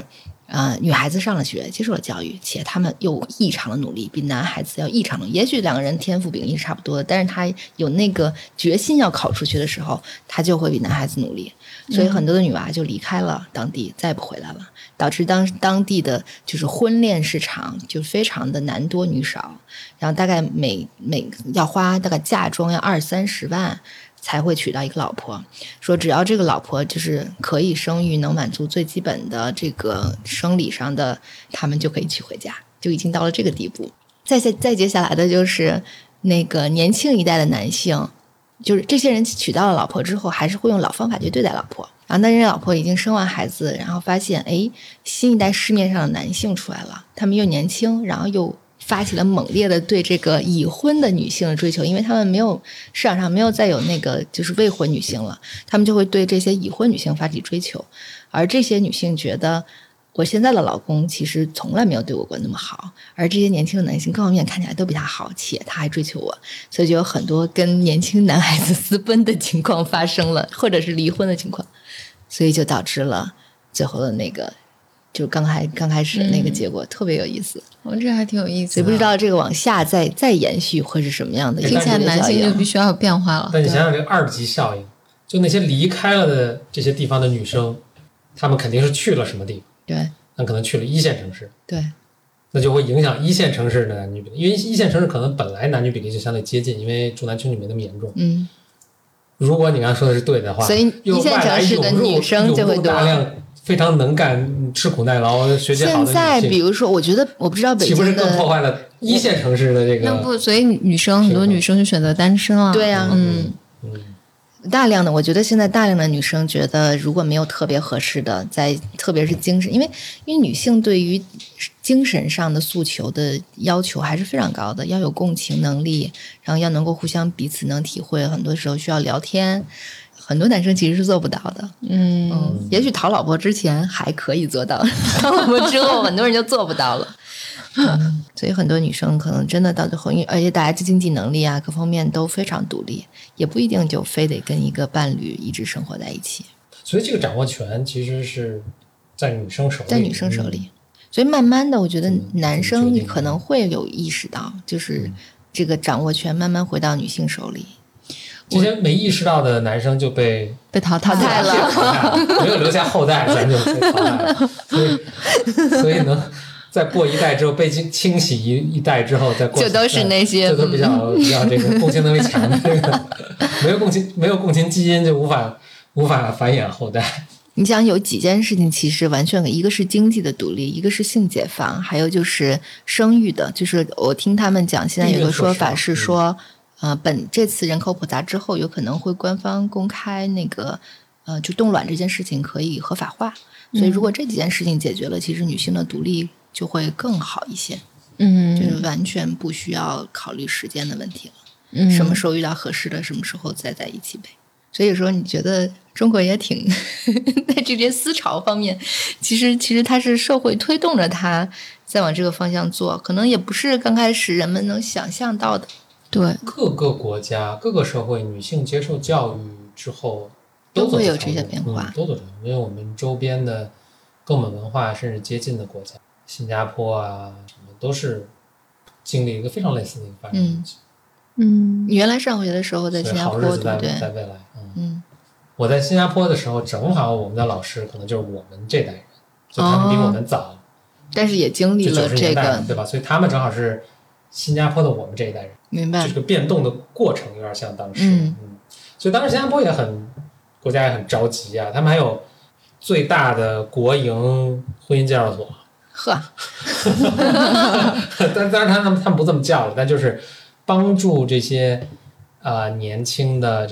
女孩子上了学，接受了教育，且他们又异常的努力，比男孩子要异常的，也许两个人天赋比例是差不多的，但是他有那个决心要考出去的时候，他就会比男孩子努力。所以很多的女娃就离开了当地，再也不回来了，导致当地的就是婚恋市场就非常的男多女少，然后大概每要花大概嫁妆要20-30万才会娶到一个老婆，说只要这个老婆就是可以生育，能满足最基本的这个生理上的，他们就可以娶回家，就已经到了这个地步。再接下来的就是那个年轻一代的男性，就是这些人娶到了老婆之后，还是会用老方法去对待老婆。然后那人老婆已经生完孩子，然后发现新一代市面上的男性出来了，他们又年轻，然后又发起了猛烈的对这个已婚的女性的追求，因为他们市场上没有再有那个就是未婚女性了，他们就会对这些已婚女性发起追求，而这些女性觉得我现在的老公其实从来没有对我过那么好，而这些年轻的男性各方面看起来都比他好，且他还追求我，所以就有很多跟年轻男孩子私奔的情况发生了，或者是离婚的情况，所以就导致了最后的那个就刚开始的那个结果，特别有意思。 这还挺有意思的， 所以不知道这个往下再延续会是什么样的。 听起来男性就必须要有变化了。 但你想想这个二级效应，就那些离开了的这些地方的女生，她们肯定是去了什么地方？ 对， 那可能去了1线城市。 对， 那就会影响1线城市的男女比例，因为1线城市可能本来男女比例就相对接近，因为重男轻女没那么严重。如果你刚才说的是对的话， 所以1线城市的女生就会多， 大量非常能干、吃苦耐劳、学习好的女性。 现在比如说，我觉觉得我不知道北京的，岂不是更破坏了1线城市的这个？ 那不，所以很多女生就选择单身了。 对啊，大量的，我觉得现在大量的女生觉得，如果没有特别合适的，特别是精神，因为女性对于精神上的诉求的要求还是非常高的，要有共情能力，然后要能够互相彼此能体会，很多时候需要聊天，很多男生其实是做不到的。也许讨老婆之前还可以做到，讨老婆之后很多人就做不到了。所以很多女生可能真的到最后，而且大家经济能力啊各方面都非常独立，也不一定就非得跟一个伴侣一直生活在一起。 所以这个掌握权其实是在女生手里， 所以慢慢的我觉得男生可能会有意识到，就是这个掌握权慢慢回到女性手里。 这些没意识到的男生就被淘汰了， 没有留下后代，咱就被淘汰了。所以能再过一代之后被清洗一代之后再过， 就都是那些就都比较这个共情能力强的这个，没有共情基因就无法繁衍后代。 你想有几件事情其实完全一个是经济的独立，一个是性解放，还有就是生育的，就是我听他们讲现在有个说法是说这次人口普查之后有可能会官方公开那个就冻卵这件事情可以合法化，所以如果这几件事情解决了，其实女性的独立就会更好一些。就是完全不需要考虑时间的问题了，什么时候遇到合适的什么时候再在一起呗。所以说你觉得中国也挺在这些思潮方面，其实它是社会推动着它再往这个方向做，可能也不是刚开始人们能想象到的。对， 各个国家各个社会女性接受教育之后都会有这些变化， 都走这条路。因为我们周边的跟我们文化甚至接近的国家，新加坡啊什么都是经历一个非常类似的一个发展。 你原来上学的时候在新加坡，对不对？ 在未来，我在新加坡的时候，正好我们的老师可能就是我们这代人，就他们比我们早， 但是也经历了这个， 对吧？所以他们正好是新加坡的我们这一代人， 明白？ 这个变动的过程有点像当时，所以当时新加坡国家也很着急啊，他们还有最大的国营婚姻介绍所，但当然他们不这么叫了，但就是帮助这些年轻的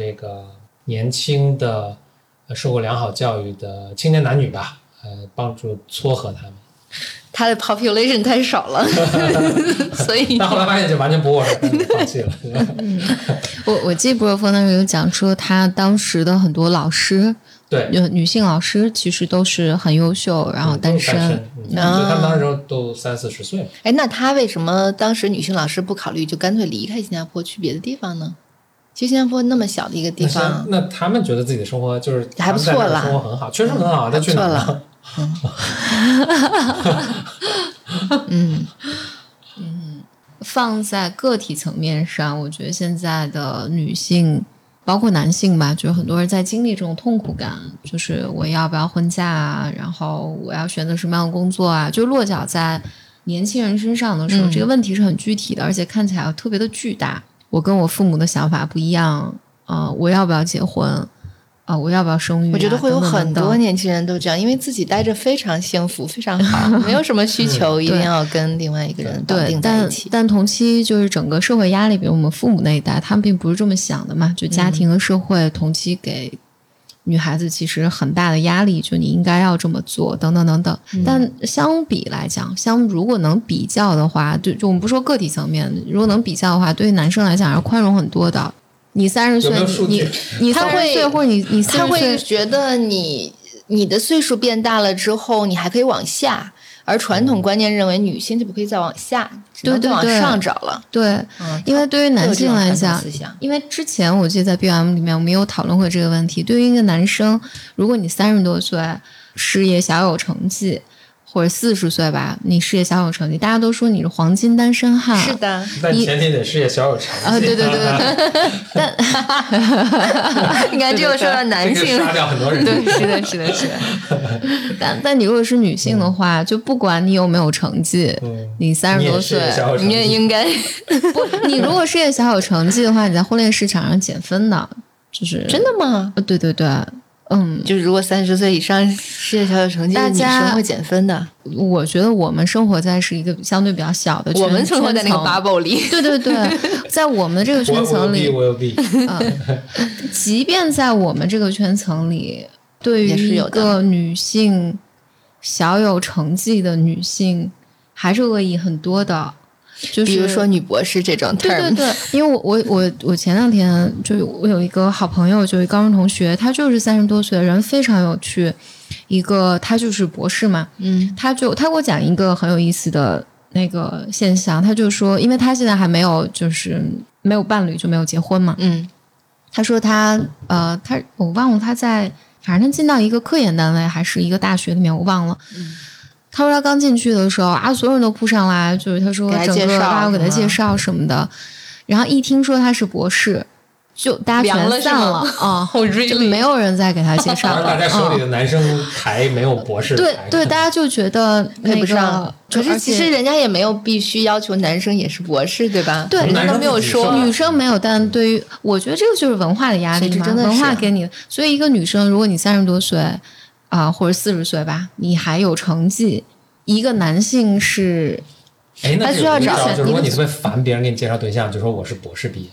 受过良好教育的青年男女吧，帮助撮合他们。 他的 population 太少了，所以但后来发现就完全不 work， 放弃了。 我记博尔峰那时候有讲说，他当时的很多老师， 对女性老师其实都是很优秀，然后单身， 就他们当时都30-40岁了。 那他为什么当时女性老师不考虑就干脆离开新加坡去别的地方呢？其实新加坡那么小的一个地方， 那他们觉得自己的生活就是还不错啦， 生活很好，确实很好，但去哪了？ 放在个体层面上，我觉得现在的女性包括男性吧，就是很多人在经历这种痛苦感，就是我要不要婚嫁啊，然后我要选择什么样的工作啊，就落脚在年轻人身上的时候，这个问题是很具体的，而且看起来特别的巨大。我跟我父母的想法不一样我要不要结婚我要不要生育我觉得会有很多年轻人都这样，因为自己待着非常幸福非常好没有什么需求一定要跟另外一个人绑定在一起。 但同期就是整个社会压力，比如我们父母那一代他们并不是这么想的嘛，就家庭和社会同期给女孩子其实很大的压力，就你应该要这么做等等等等。但相比来讲，如果能比较的话，就我们不说个体层面，如果能比较的话，对于男生来讲是宽容很多的。你30岁，你30岁或者你40岁， 他会觉得你的岁数变大了之后，你还可以往下，而传统观念认为女性就不可以再往下，只能再往上找了。 对，因为对于男性来讲，因为之前我记得在 BM 里面我们有讨论过这个问题。对于一个男生，如果你30多岁，事业小有成绩，或者40岁吧，你事业小有成绩，大家都说你是黄金单身汉。 是的， 但前提得事业小有成绩对。但你看，这又说到男性， 杀掉很多人。 对，是的。但你如果是女性的话，就不管你有没有成绩，你30多岁， 你也应该不。你如果事业小有成绩的话，你在婚恋市场上减分的，就是真的吗？ 对。 就是如果30岁以上事业小有成绩的女生会减分的。 我觉得我们生活在是一个相对比较小的圈层， 我们生活在那个 bubble 里。 对，在我们这个圈层里，即便在我们这个圈层里，对于一个女性小有成绩的女性，还是恶意很多的。就是比如说女博士这种 term。 对，因为我前2天就我有一个好朋友，就一高中同学，他就是30多岁的人，非常有趣。一个他就是博士嘛，他给我讲一个很有意思的那个现象，他就说，因为他现在还没有就是没有伴侣，就没有结婚嘛，他说他我忘了他在，反正他进到一个科研单位还是一个大学里面，我忘了。他说他刚进去的时候所有人都扑上来，就是他说整个大家给他介绍什么的，然后一听说他是博士，就大家全散了就没有人再给他介绍了。 大家手里的男生台没有博士台。 对，大家就觉得配不上。可是其实人家也没有必须要求男生也是博士，对吧？ 对， 人家都没有说女生没有，但对于我觉得这个就是文化的压力嘛，文化给你。所以一个女生，如果你30多岁或者40岁吧，你还有成绩，一个男性是他需要找就是如果你特别烦别人给你介绍对象，就说我是博士毕业。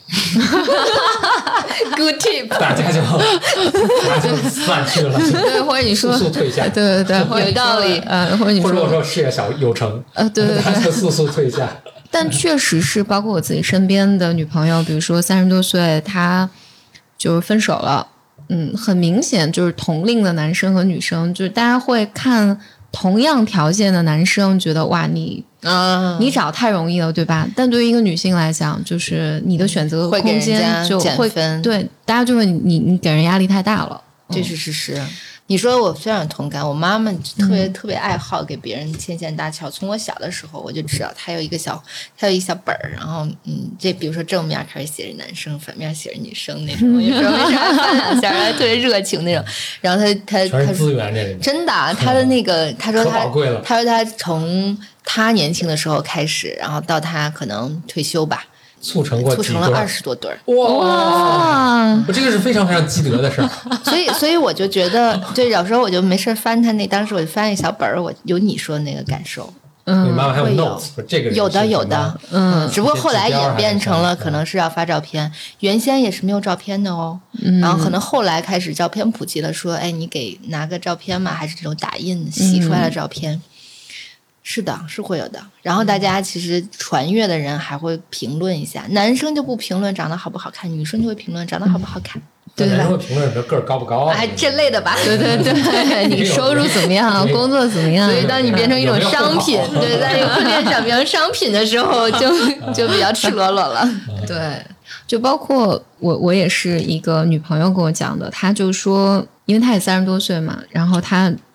Good tip。 大家就散去了。 对，或者你说速速退下。 对， 有道理。 或者你说， 或者我说事业小有成， 对， 他就速速退下。 但确实是，包括我自己身边的女朋友，比如说30多岁，她就是分手了。很明显就是同龄的男生和女生，就是大家会看同样条件的男生，觉得哇你找太容易了，对吧？但对于一个女性来讲，就是你的选择空间就会对大家就会你给人压力太大了， 这是事实。你说我非常有同感，我妈妈特别爱好给别人牵线搭桥。从我小的时候我就知道，她有一个小本儿，然后这比如说正面开始写着男生，反面写着女生那种，有时候没啥办，小孩特别热情那种。然后他全是资源这里面真的，他的那个他说他从他年轻的时候开始，然后到他可能退休吧。 促成了 20多对儿。 哇， 这个是非常非常积德的事儿。 所以我就觉得，对，有时候我就没事翻他当时我就翻一小本儿，我有你说的那个感受。 你妈妈还有 notes， 这个有的，只不过后来演变成了可能是要发照片，原先也是没有照片的哦。然后可能后来开始照片普及了，说哎，你拿个照片嘛，还是这种打印洗出来的照片。是的，是会有的。然后大家其实传阅的人还会评论一下，男生就不评论长得好不好看，女生就会评论长得好不好看。对吧？ 男生会评论个儿高不高， 这类的吧。 对，你收入怎么样，工作怎么样。 所以当你变成一种商品，对，在婚恋上变成商品的时候，就比较赤裸裸了。 对，就包括我也是一个女朋友跟我讲的，她就说，因为她也30多岁嘛，然后她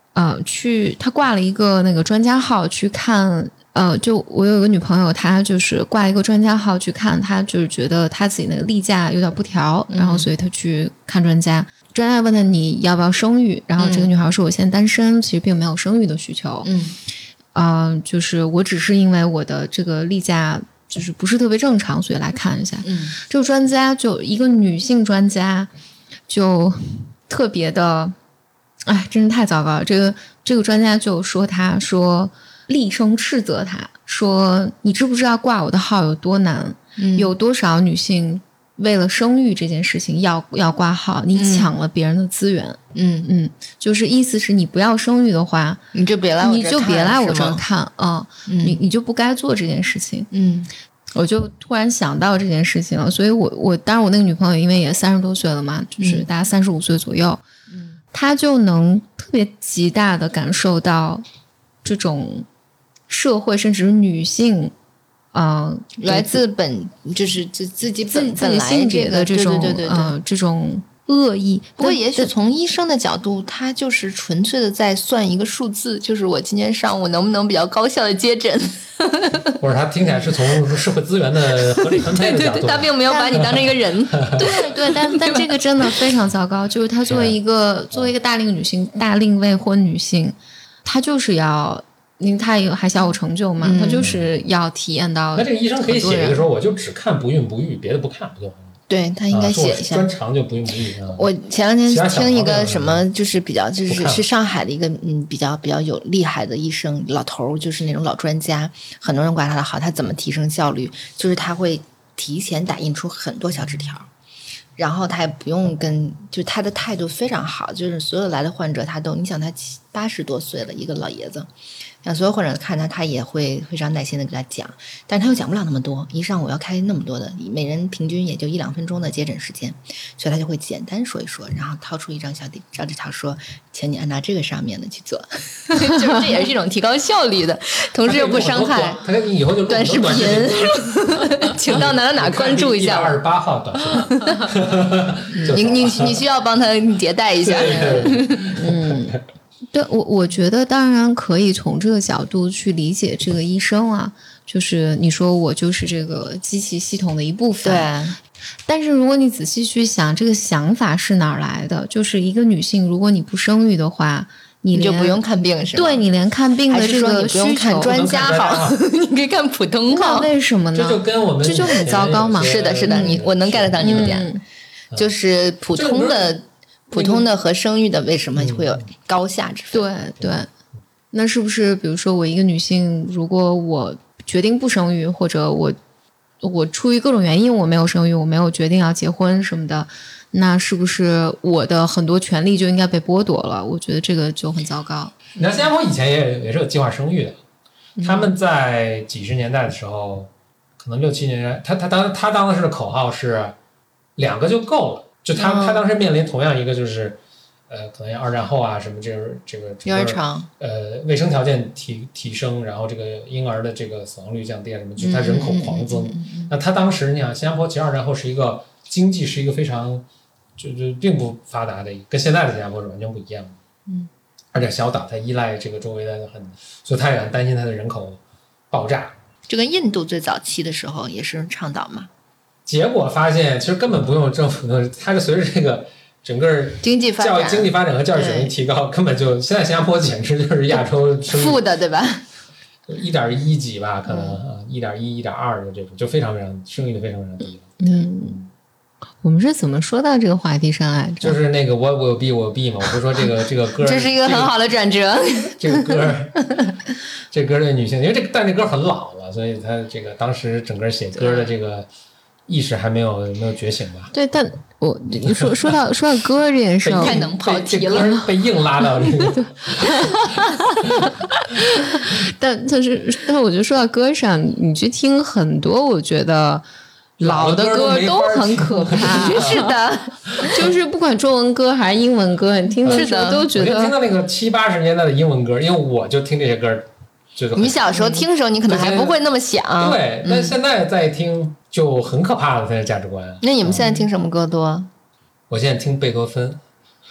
他挂了一个那个专家号去看，就我有一个女朋友，她就是挂一个专家号去看，她就是觉得她自己那个例假有点不调，然后所以她去看专家。专家问她你要不要生育，然后这个女孩说我现在单身，其实并没有生育的需求。就是我只是因为我的这个例假就是不是特别正常，所以来看一下。这个专家就一个女性专家，就特别的，哎，真是太糟糕了。这个专家就说，他说厉声斥责他说：“你知不知道挂我的号有多难？有多少女性为了生育这件事情要挂号？你抢了别人的资源。”就是意思是你不要生育的话， 你就别来我这儿看啊！你就不该做这件事情。我就突然想到这件事情了，所以我当然我那个女朋友因为也30多岁了嘛，就是大概35岁左右，她就能特别极大的感受到这种社会甚至是女性来自就是自己性别的这种这种恶意。 不过也许从医生的角度，他就是纯粹的在算一个数字，就是我今天上午能不能比较高效的接诊， 或者他听起来是从社会资源的合理分配的角度， 他并没有把你当成一个人。 对，但这个真的非常糟糕，就是他作为一个大龄女性，大龄未婚女性，她就是要。因为他还小有成就嘛，他就是要体验到。 那这个医生可以写一个说，我就只看不孕不育，别的不看，不就完了？ 对，他应该写一下。 专长就不孕不育。 我前两天听一个什么，就是比较是上海的一个比较有厉害的医生，老头，就是那种老专家，很多人挂他的号。他怎么提升效率？就是他会提前打印出很多小纸条。然后他也不用就他的态度非常好，就是所有来的患者你想他80多岁了，一个老爷子，让所有患者看他也会非常耐心的给他讲，但是他又讲不了那么多，一上午要开那么多的，每人平均也就1-2分钟的接诊时间，所以他就会简单说一说，然后掏出一张小纸条说，请你按照这个上面的去做，就是这也是一种提高效率的，同时又不伤害。 他以后就短视频，请到哪关注一下。 128号短视频，你需要帮他迭代一下。 对，我觉得当然可以从这个角度去理解这个医生啊，就是你说我就是这个机器系统的一部分。 对。 但是如果你仔细去想，这个想法是哪儿来的？就是一个女性，如果你不生育的话， 你就不用看病是吗？ 对，你连看病的这个需求，你不用看专家号，你可以看普通号。 为什么呢？ 这就跟我们这就很糟糕嘛。 是的，我能 get 到你的点，就是普通的和生育的为什么会有高下之分？ 对，那是不是比如说我一个女性，如果我决定不生育，或者我出于各种原因我没有生育，我没有决定要结婚什么的，那是不是我的很多权利就应该被剥夺了？我觉得这个就很糟糕。 你看新加坡以前也是有计划生育的，他们在几十年代的时候，可能6-7年代，他当时的口号是2个就够了。就他当时面临同样一个就是可能2战后啊什么这个婴儿潮卫生条件提升，然后这个婴儿的这个死亡率降低啊什么，就他人口狂增。那他当时你想新加坡其实2战后是一个经济是一个非常就并不发达的，跟现在的新加坡是完全不一样的。而且小岛它依赖这个周围的所以他也很担心他的人口爆炸。 就跟印度最早期的时候也是倡导嘛。 结果发现其实根本不用政府的，它是随着这个整个经济发展和教育水平提高，根本就现在新加坡简直就是亚洲负的，对吧 ？1.1几吧，可能1.1、1.2的这种，就非常非常生育的非常非常低了。 我们是怎么说到这个话题上来着？ 就是那个我有币嘛，我不是说这个歌， 这是一个很好的转折。 这个歌对女性，因为但这歌很老了，所以他这个当时整个写歌的这个意识还没有觉醒吧？ 对，但你说到歌这件事， 太能跑题了， 被硬拉到这个。 但我觉得说到歌上，你去听很多，我觉得老的歌都很可怕。 是的， 就是不管中文歌还是英文歌，你听的时候都觉得。 我听到那个70、80年代的英文歌，因为我就听这些歌。 你小时候听的时候，你可能还不会那么想。 对，但现在再听就很可怕的，它的价值观。 那你们现在听什么歌多？ 我现在听贝多芬。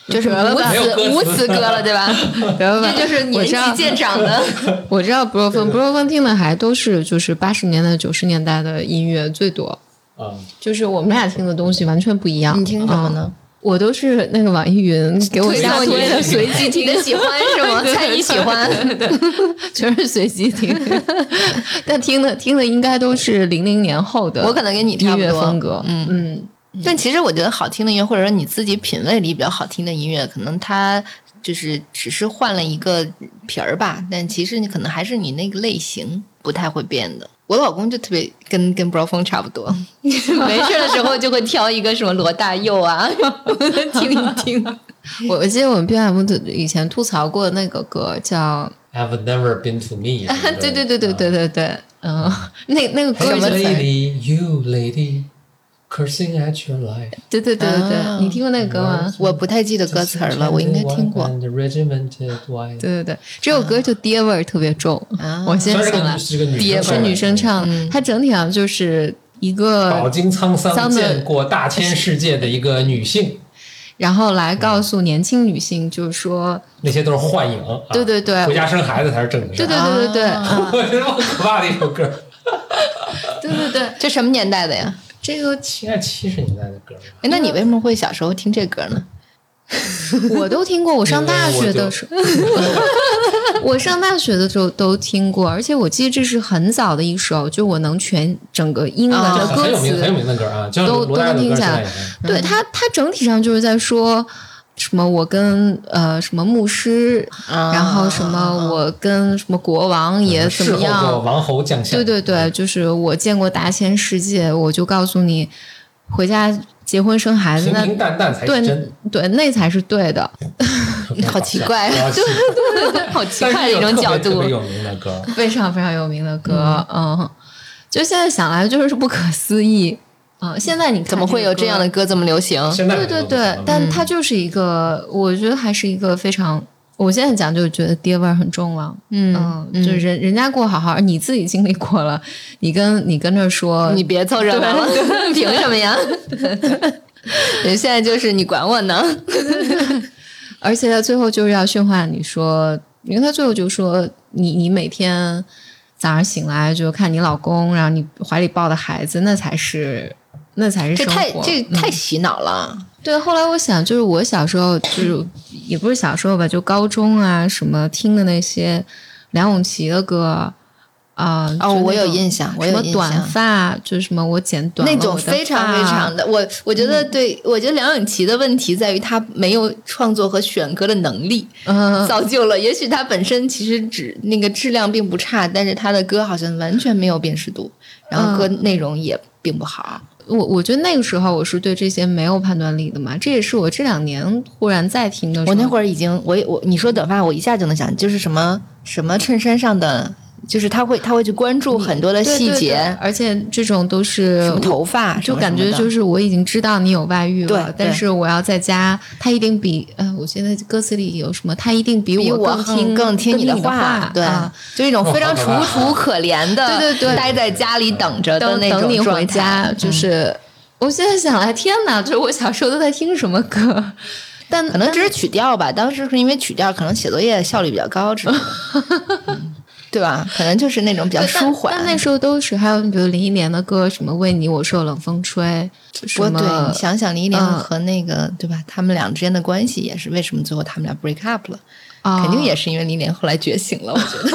就是无词歌了，对吧？这就是年纪渐长的。 我知道布洛芬听的还都是就是80年代90年代的音乐最多就是我们俩听的东西完全不一样。 你听什么呢？ 我都是那个网易云给我下推的随机听。 你的喜欢是吗？猜你喜欢， 对，全是随机听。但听的应该都是00年后的， 我可能跟你差不多音乐风格。 但其实我觉得好听的音乐，或者说你自己品味里比较好听的音乐，可能它就是只是换了一个皮儿吧，但其实你可能还是你那个类型不太会变的。我老公就特别跟布洛芬差不多，没事的时候就会挑一个什么罗大佑啊听一听。 我记得我们 BM 以前吐槽过那个歌叫 I've never been to me 对那个歌什么 Lady You Lady Cursing at your life 对，你听过那个歌吗？ 我不太记得歌词了，我应该听过。 对，这首歌就爹味儿特别重我现在想来爹是女生唱它整体上就是一个饱经沧桑见过大千世界的一个女性， 然后来告诉年轻女性就是说那些都是幻影对回家生孩子才是正的事。 对我这么可怕的一首歌。 对， 这什么年代的呀？ 这个应该70年代的歌吧。 那你为什么会小时候听这歌呢？ 我都听过，我上大学的时候我上大学的时候都听过，而且我记得这是很早的一首，就我能整个英文的歌词很有名的歌啊， 都能听起来。对，它整体上就是在说什么我跟什么牧师然后什么我跟什么国王也怎么样， 王侯将相。 对，就是我见过大千世界，我就告诉你回家结婚生孩子， 平平淡淡才是真。 对，那才是对的。 好奇怪，对，好奇怪的一种角度。 特别有名的歌， 非常非常有名的歌，就现在想来就是不可思议。现在你看怎么会有这样的歌这么流行？ 对，但它就是一个，我觉得还是一个非常，我现在讲就觉得爹味儿很重了。就是人家过好好，你自己经历过了，你跟这说， 你别凑热闹了，凭什么呀？人现在就是你管我呢。 而且他最后就是要训话你说，因为他最后就说你每天早上醒来就看你老公，然后你怀里抱的孩子，那才是生活。 这太洗脑了。 对，后来我想，就是我小时候，就是也不是小时候吧，就高中啊什么听的那些梁咏琪的歌我有印象， 什么短发，就是什么我剪短了那种非常非常的，我觉得对，我觉得梁咏琪的问题在于她没有创作和选歌的能力，造就了。也许她本身其实那个质量并不差，但是她的歌好像完全没有辨识度，然后歌内容也并不好。 我觉得那个时候我是对这些没有判断力的嘛，这也是我这2年忽然再听的时候。 我那会儿已经你说短发，我一下就能想，就是什么衬衫上的。就是他会去关注很多的细节， 而且这种都是什么头发， 就感觉就是我已经知道你有外遇了，但是我要在家，他一定比我现在歌词里有什么，他一定比我更听你的话，对，就一种非常楚楚可怜的， 对， 待在家里等着的那种等你回家，就是我现在想来，天哪，就是我小时候都在听什么歌。但可能只是曲调吧，当时是因为曲调，可能写作业效率比较高之类的。对吧？可能就是那种比较舒缓。 但那时候都是，还有比如林忆莲的歌，什么为你我受冷风吹，什么对，你想想林忆莲和那个对吧？他们俩之间的关系也是为什么最后他们俩 break up 了？肯定也是因为林忆莲后来觉醒了，我觉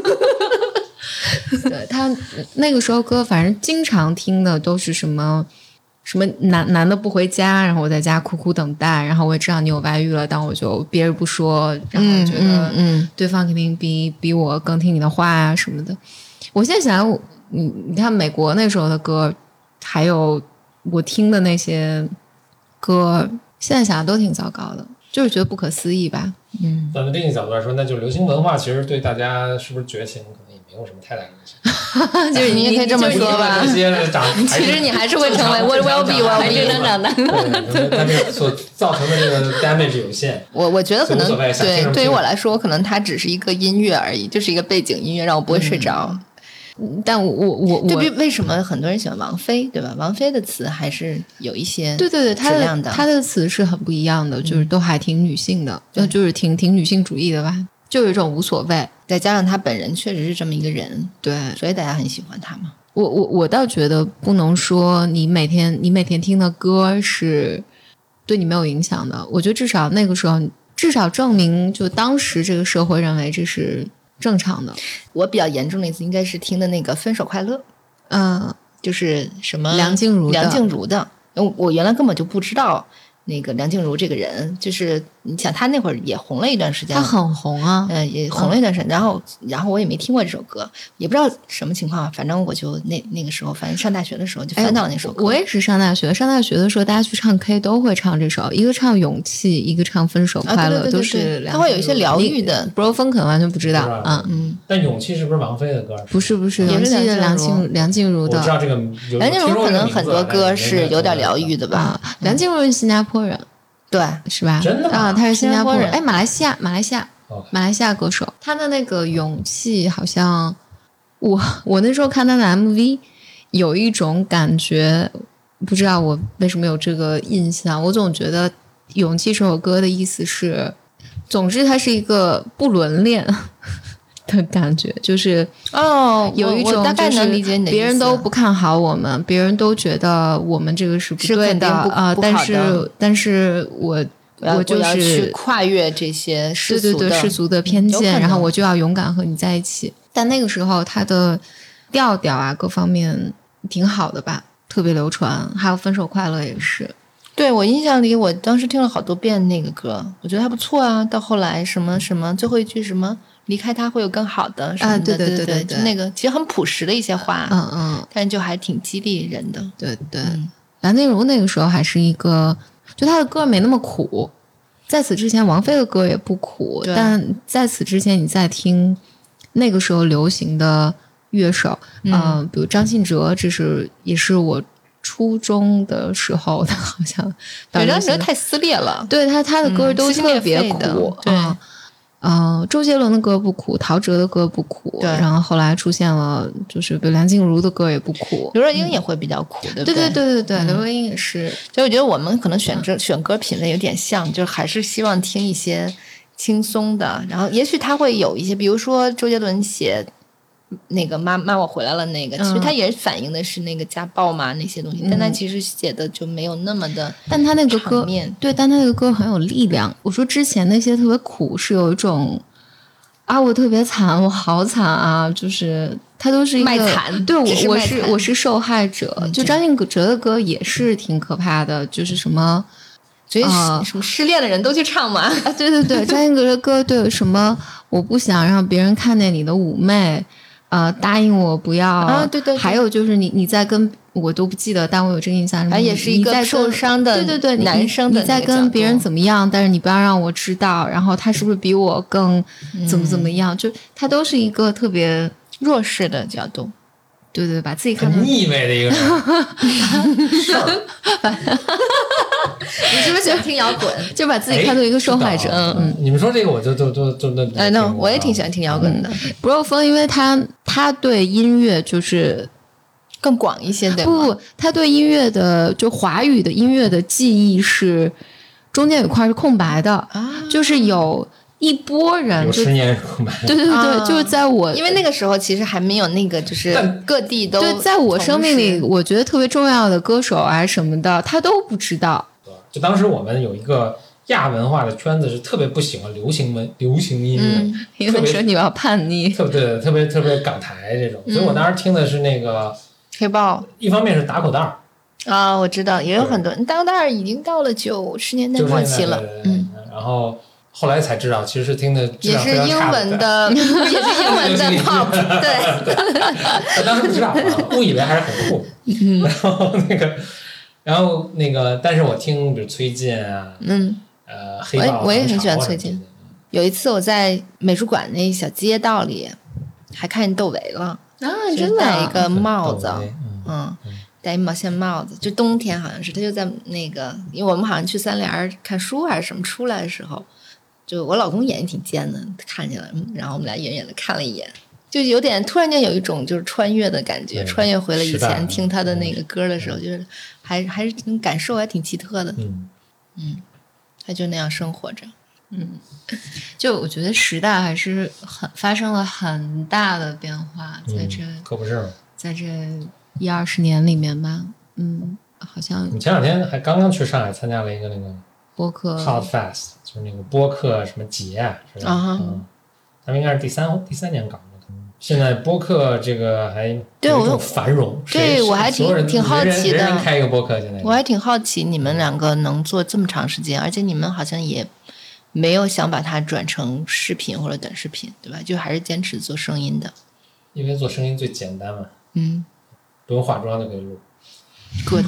得。对，他那个时候歌，反正经常听的都是什么男的不回家，然后我在家苦苦等待，然后我也知道你有外遇了，但我就憋着不说，然后觉得对方肯定比我更听你的话啊什么的。我现在想你看美国那时候的歌，还有我听的那些歌，现在想都挺糟糕的，就是觉得不可思议吧。 站在另一个角度来说，那就流行文化其实对大家是不是觉醒可能也没有什么太大影响。 就是你也可以这么说吧。其实你还是会成为我要比真长大。 它这个所造成的这个 damage 有限。 我觉得可能对于我来说，可能它只是一个音乐而已，就是一个背景音乐，让我不会睡着。 但我就为什么很多人喜欢王菲，对吧？王菲的词还是有一些对， 质量的， 她的词是很不一样的，就是都还挺女性的，就是挺女性主义的吧，就有一种无所谓。 再加上她本人确实是这么一个人， 对， 所以大家很喜欢她嘛。 我倒觉得不能说你每天听的歌是对你没有影响的，我觉得至少那个时候，至少证明就当时这个社会认为这是正常的。 我比较严重的一次应该是听的那个《分手快乐》，就是什么梁静茹的，我原来根本就不知道那个梁静茹这个人，就是你想她那会儿也红了一段时间， 她很红啊， 也红了一段时间，然后我也没听过这首歌，也不知道什么情况，反正我就那个时候，反正上大学的时候就翻到了那首歌。 我也是上大学的时候，大家去唱 K 都会唱这首，一个唱勇气，一个唱分手快乐， 对， 都是它会有一些疗愈的。 Bro 风可能完全不知道但勇气是不是王菲的歌？ 不是，勇气是梁静茹的。 我知道这个梁静茹可能很多歌是有点疗愈的吧。 梁静茹是新加坡人。对，是吧？ 真的吗？ 他是新加坡人。哎，马来西亚歌手。他的那个勇气，好像我那时候看他的 MV， 有一种感觉，不知道我为什么有这个印象。我总觉得《勇气》这首歌的意思是，总之它是一个不伦恋的感觉，就是有一种大概能理解你的意思， 别人都不看好我们，别人都觉得我们这个是不对的啊，但是我就是去跨越这些世俗的偏见，然后我就要勇敢和你在一起。但那个时候他的调调啊各方面挺好的吧，特别流传，还有分手快乐也是。 对，我印象里我当时听了好多遍那个歌，我觉得还不错啊。到后来什么什么最后一句什么离开他会有更好的什么的，对，就那个其实很朴实的一些话，但就还挺激励人的。 对，梁静茹那个时候还是一个，就她的歌没那么苦。在此之前，王菲的歌也不苦，但在此之前，你再听那个时候流行的乐手，比如张信哲，也是我初中的时候的，好像对，张信哲太撕裂了， 对他的歌都特别苦， 对。 周杰伦的歌不苦，陶喆的歌不苦，然后后来出现了，就是比如梁静茹的歌也不苦， 刘若英也会比较苦，对不对？ 对，刘若英也是。 所以我觉得我们可能选歌品类有点像，就是还是希望听一些轻松的，然后也许他会有一些，比如说周杰伦写那个妈我回来了那个，其实他也反映的是那个家暴嘛那些东西，但他其实写的就没有那么的， 但他那个歌对，但他那个歌很有力量。我说之前那些特别苦是有一种我特别惨，我好惨啊，就是他都是一个卖惨， 对，我是受害者。就张信哲的歌也是挺可怕的，就是什么。 所以什么失恋的人都去唱嘛？ 对，张信哲的歌对什么我不想让别人看见你的妩媚。答应我不要对， 还有就是你在跟我都不记得，但我有这个印象， 也是一个受伤的对男生的你在跟别人怎么样，但是你不要让我知道，然后他是不是比我更怎么样，就他都是一个特别弱势的角度， 对，把自己看很腻味的一个人事儿。 你是不是喜欢听摇滚？ 就把自己看作一个受害者。 你们说这个我就那我也挺喜欢听摇滚的。 Bro 风，因为他对音乐就是更广一些，对吗？ 不，他对音乐的就华语的音乐的记忆是中间有一块是空白的就是有一波人有10年空白， 对，就是在我因为那个时候其实还没有那个，就是各地都对，在我生命里，我觉得特别重要的歌手啊什么的，他都不知道。 就当时我们有一个亚文化的圈子是特别不喜欢流行音乐， 因为说你要叛逆， 特别港台这种，所以我当时听的是那个黑豹， 一方面是打口袋我知道也有很多打口袋已经到了90年代末期了， 然后后来才知道其实是听的也是英文的，也是英文的 pop， 对， 当时不知道，误以为还是很酷，然后那个，但是我听比如崔健啊，黑豹， 我也很喜欢崔健。有一次我在美术馆那小街道里还看见窦唯了真的戴一个帽子，戴一毛线帽子，就冬天好像是，他就在那个，因为我们好像去三联看书还是什么出来的时候，就我老公眼睛挺尖的，看见了，然后我们俩远远的看了一眼， 就有点突然间有一种就是穿越的感觉，穿越回了以前听他的那个歌的时候，就是还是能感受还挺奇特的。他就那样生活着。 就我觉得时代还是发生了很大的变化，在这可不是吗？ 在这10-20年里面吧。好像你前2天还刚刚去上海参加了一个那个播客 Podfest， 就是那个播客什么节啊，是吧？他们应该是第三年搞的。现在播客这个还有一种繁荣， 对我还挺好奇的。 人开一个播客，现在我还挺好奇你们2个能做这么长时间，而且你们好像也没有想把它转成视频或者短视频，对吧？就还是坚持做声音的。 因为做声音最简单嘛，不用化妆就可以录。 Good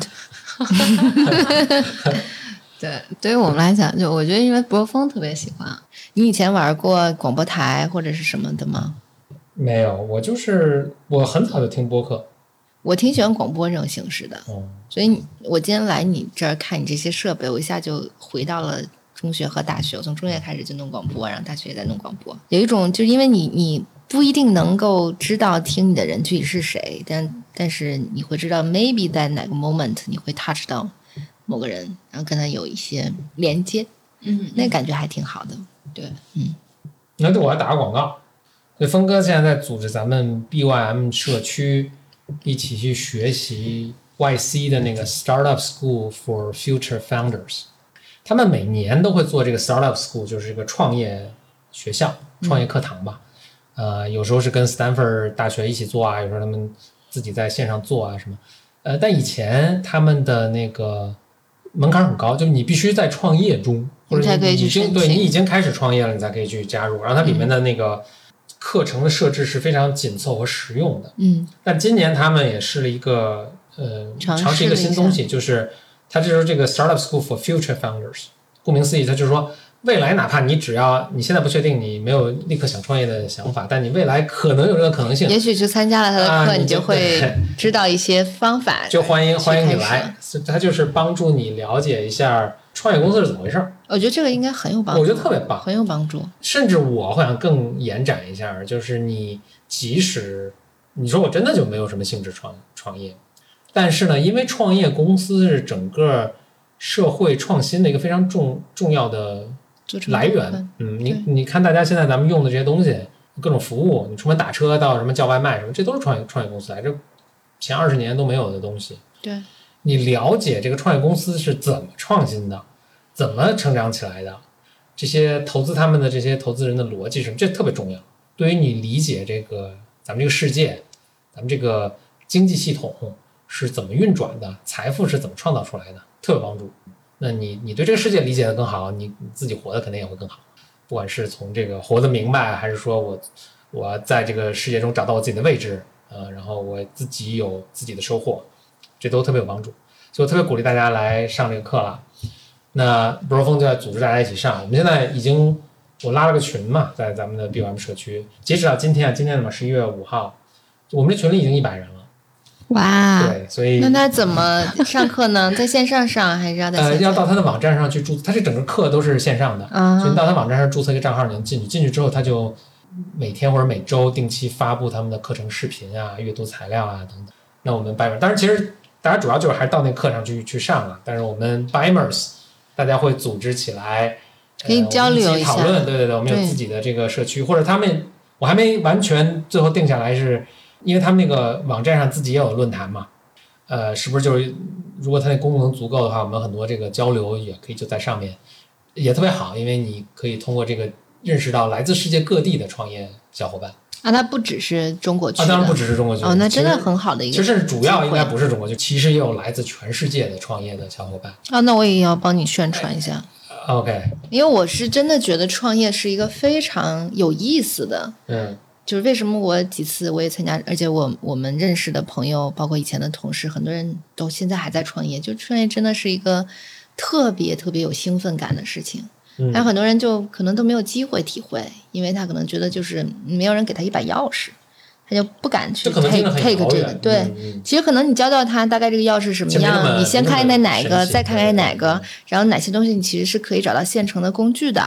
对，对于我们来讲，就我觉得因为博峰特别喜欢。 你以前玩过广播台或者是什么的吗？ 没有，我很早就听播客。 我挺喜欢广播这种形式的，所以我今天来你这儿看你这些设备，我一下就回到了中学和大学。我从中学开始就弄广播，然后大学也在弄广播。有一种就是因为你不一定能够知道听你的人具体是谁，但是你会知道 maybe 在哪个 moment 你会 touch 到某个人，然后跟他有一些连接，那感觉还挺好的。对， 那对我还打个广告。所以峰哥现在在组织咱们 BYM 社区一起去学习 YC 的那个 Startup School for Future Founders。他们每年都会做这个 Startup School， 就是这个创业学校、创业课堂吧。有时候是跟 Stanford 大学一起做啊，有时候他们自己在线上做啊什么。但以前他们的那个门槛很高，就是你必须在创业中，或者你已经开始创业了，你才可以去加入。然后它里面的那个课程的设置是非常紧凑和实用的。但今年他们也试了一个尝试一个新东西，就是它就是这个 Startup School for Future Founders。顾名思义，它就是说未来哪怕你只要你现在不确定，你没有立刻想创业的想法，但你未来可能有这个可能性， 也许就参加了他的课，你就会知道一些方法， 就欢迎你来。它就是帮助你了解一下创业公司是怎么回事。 我觉得这个应该很有帮助， 我觉得特别棒， 很有帮助。 甚至我想更延展一下，就是你即使你说我真的就没有什么兴致创业，但是呢，因为创业公司是整个社会创新的一个非常重要的来源。你看大家现在咱们用的这些东西，各种服务，你出门打车到什么叫外卖什么，这都是创业公司来，这前20年都没有的东西。 对， 你了解这个创业公司是怎么创新的，怎么成长起来的，这些投资他们的这些投资人的逻辑什么，这特别重要。对于你理解这个咱们这个世界，咱们这个经济系统是怎么运转的，财富是怎么创造出来的，特别帮助。那你对这个世界理解的更好，你自己活的肯定也会更好。不管是从这个活得明白，还是说我在这个世界中找到我自己的位置，然后我自己有自己的收获，这都特别有帮助。所以我特别鼓励大家来上这个课了。那 Bro 峰就在组织大家一起上。我们现在我拉了个群嘛，在咱们的 BYM 社区，截止到今天的嘛11月5号，我们这群里已经100人了。 哇， 对，所以那他怎么上课呢？在线上上还是要在线上？ 要到他的网站上去注册，他这整个课都是线上的，所以你到他网站上注册一个账号，你能进去。进去之后，他就每天或者每周定期发布他们的课程视频啊、阅读材料啊等等。那我们 BYMers， 当然其实大家主要就是还是到那个课上去上了，但是我们 BYMers 大家会组织起来， 可以交流一下， 讨论。对，我们有自己的这个社区，或者我还没完全最后定下来是。因为他们那个网站上自己也有论坛嘛，是不是就是如果它那功能足够的话，我们很多这个交流也可以就在上面，也特别好，因为你可以通过这个认识到来自世界各地的创业小伙伴。 它不只是中国区的， 当然不只是中国区。 那真的很好的一个。 其实主要应该不是中国区，其实也有来自全世界的创业的小伙伴。 那我也要帮你宣传一下。 OK， 因为我是真的觉得创业是一个非常有意思的。就是为什么我几次我也参加，而且我们认识的朋友，包括以前的同事，很多人都现在还在创业。就创业真的是一个特别特别有兴奋感的事情。还有很多人就可能都没有机会体会，因为他可能觉得就是没有人给他一把钥匙，他就不敢去 take 这个。对，其实可能你教他大概这个钥匙什么样，你先看看哪个，再看看哪个，然后哪些东西你其实是可以找到现成的工具的。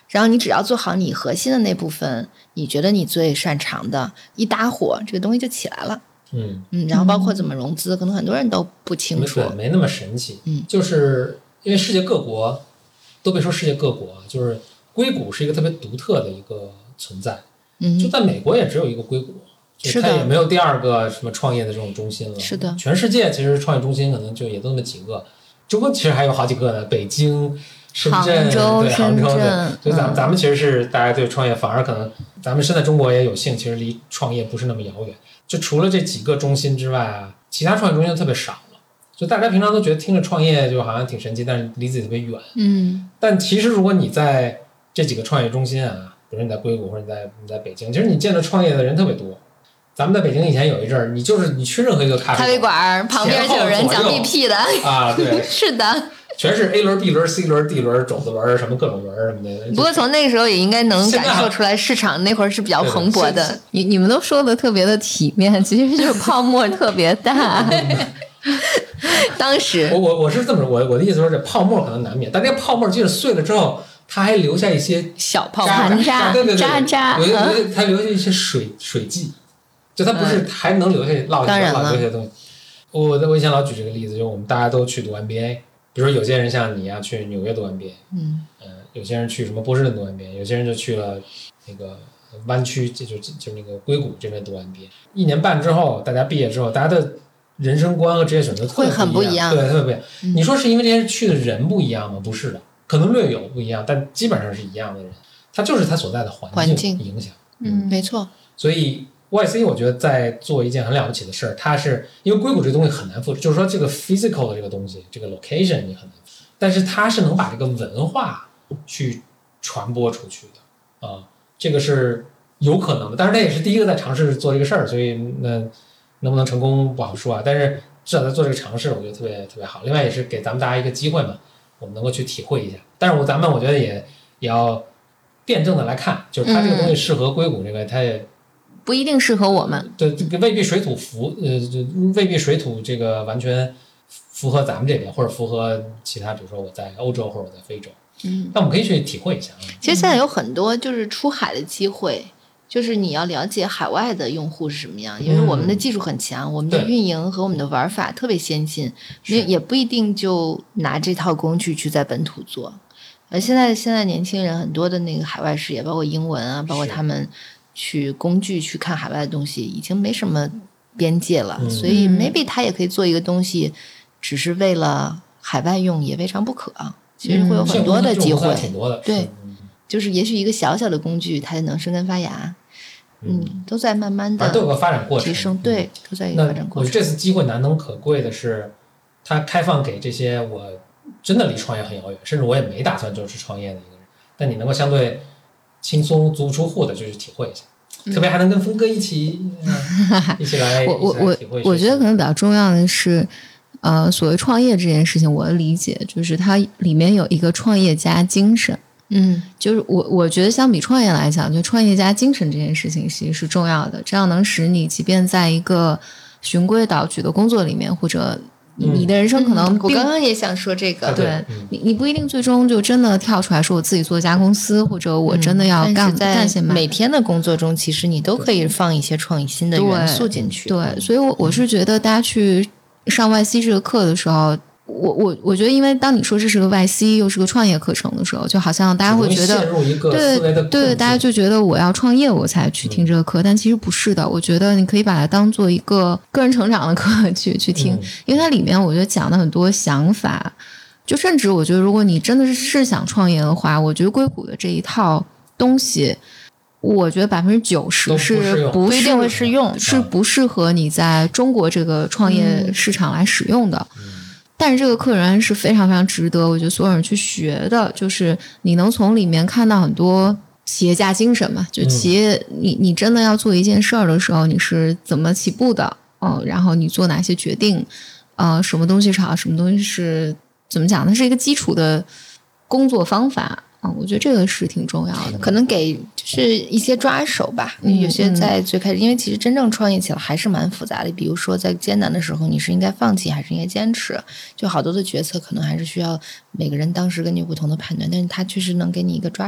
然后你只要做好你核心的那部分，你觉得你最擅长的，一搭伙这个东西就起来了。然后包括怎么融资，可能很多人都不清楚， 没那么神奇。就是因为世界各国都别说世界各国，就是硅谷是一个特别独特的一个存在。就在美国也只有一个硅谷，就它也没有第二个什么创业的这种中心了。 是的， 全世界其实创业中心可能就也都那么几个，中国其实还有好几个呢，北京、深圳，杭州对，所以咱们其实是大家对创业反而可能咱们身在中国也有幸，其实离创业不是那么遥远。就除了这几个中心之外啊，其他创业中心特别少了。就大家平常都觉得听着创业就好像挺神奇，但是离自己特别远。但其实如果你在这几个创业中心啊，比如你在硅谷或者你在北京，其实你见着创业的人特别多。咱们在北京以前有一阵儿，你去任何一个咖啡馆旁边就有人讲 BP 的啊，对， 是的。 全是 A 轮、B 轮、C 轮、D 轮、种子轮什么各种轮什么的。 不过从那个时候也应该能感受出来，市场那会儿是比较蓬勃的。 你们都说的特别的体面，其实就是泡沫特别大。 当时我是这么说，我的意思说，这泡沫可能难免，但这个泡沫即使碎了之后，它还留下一些小泡沫渣， 对， 渣， 它留下一些水迹，就它不是还能留下落下东西。我以前老举这个例子，就我们大家都去读 MBA。比如说有些人像你啊，去纽约读 MBA，有些人去什么波士顿读 MBA， 有些人就去了那个湾区，就那个硅谷这边读 MBA。1年半之后，大家毕业之后，大家的人生观和职业选择会很不一样， 对，特别不一样。你说是因为这些去的人不一样吗？不是的，可能略有不一样，但基本上是一样的人。他就是他所在的环境影响。 没错。 所以 YC 我觉得在做一件很了不起的事儿，它是因为硅谷这东西很难复制，就是说这个 physical 的这个东西，这个 location 你很难复制，但是它是能把这个文化去传播出去的这个是有可能的。但是他也是第一个在尝试做这个事儿，所以那能不能成功不好说啊。但是至少在做这个尝试，我觉得特别特别好。另外也是给咱们大家一个机会嘛，我们能够去体会一下。但是咱们我觉得也要辩证的来看，就是它这个东西适合硅谷这个，它也不一定适合我们。 对，这个未必水土未必水土这个完全符合咱们这边，或者符合其他，比如说我在欧洲或者我在非洲。那我们可以去体会一下。 其实现在有很多就是出海的机会，就是你要了解海外的用户是什么样，因为我们的技术很强，我们的运营和我们的玩法特别先进，也不一定就拿这套工具去在本土做。现在年轻人很多的那个海外视野，包括英文啊，包括他们去工具去看海外的东西，已经没什么边界了，所以 maybe 他也可以做一个东西，只是为了海外用也未尝不可。其实会有很多的机会，对，就是也许一个小小的工具，它能生根发芽，都在慢慢的都有个发展过程提升，对，都在一个发展过程。 我觉得这次机会难能可贵的是，它开放给这些我真的离创业很遥远，甚至我也没打算就是创业的一个人，但你能够相对轻松足不出户的就去体会一下，特别还能跟峰哥一起来体会。 我觉得可能比较重要的是。所谓创业这件事情，我的理解就是它里面有一个创业家精神。就是我觉得相比创业来讲，就创业家精神这件事情其实是重要的，这样能使你即便在一个循规蹈矩的工作里面，或者你的人生可能我刚刚也想说这个， 对，你不一定最终就真的跳出来说我自己做一家公司，或者我真的要干些每天的工作中，其实你都可以放一些创新的元素进去。 对，所以我是觉得大家去上 YC 这个课的时候，我觉得，因为当你说这是个 YC 又是个创业课程的时候，就好像大家会觉得，对，大家就觉得我要创业我才去听这个课，但其实不是的。我觉得你可以把它当做一个个人成长的课去听，因为它里面我觉得讲的很多想法，就甚至我觉得如果你真的是想创业的话，我觉得硅谷的这一套东西。我觉得90%是不一定会适用，是不适合你在中国这个创业市场来使用的。但是这个课仍然是非常非常值得，我觉得所有人去学的，就是你能从里面看到很多企业家精神嘛，就企业你真的要做一件事儿的时候，你是怎么起步的，然后你做哪些决定，什么东西是好，什么东西是怎么讲，它是一个基础的工作方法。我觉得这个是挺重要的， 可能给就是一些抓手吧。有些在最开始，因为其实真正创业起来还是蛮复杂的。比如说在艰难的时候，你是应该放弃还是应该坚持？就好多的决策可能还是需要每个人当时根据不同的判断，但是它确实能给你一个抓手。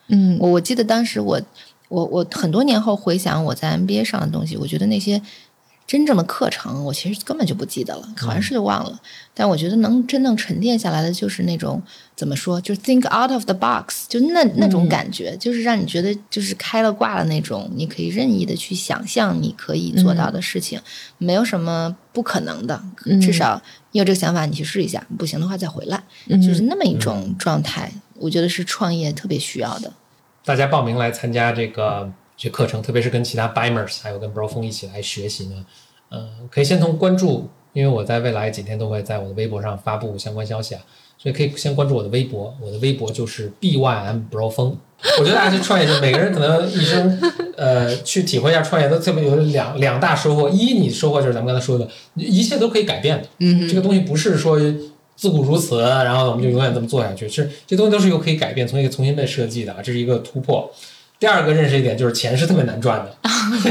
我记得当时我很多年后回想我在 MBA 上的东西，我觉得那些真正的课程我其实根本就不记得了，考完试就忘了。但我觉得能真正沉淀下来的就是那种怎么说，就 think out of the box， 就那种感觉，就是让你觉得就是开了挂的那种，你可以任意的去想象你可以做到的事情，没有什么不可能的，至少你有这个想法你去试一下，不行的话再回来，就是那么一种状态，我觉得是创业特别需要的。 大家报名来参加这课程，特别是跟其他 BIMers 还有跟 Bro 峰一起来学习呢，可以先从关注，因为我在未来几天都会在我的微博上发布相关消息啊，所以可以先关注我的微博，我的微博就是 BYM Bro 峰。我觉得大家去创业，就每个人可能一生去体会一下创业，都特别有两大收获。一，你收获就是咱们刚才说的，一切都可以改变的。这个东西不是说自古如此，然后我们就永远这么做下去，是这东西都是有可以改变，从一个重新被设计的，这是一个突破。第二个认识一点就是钱是特别难赚的，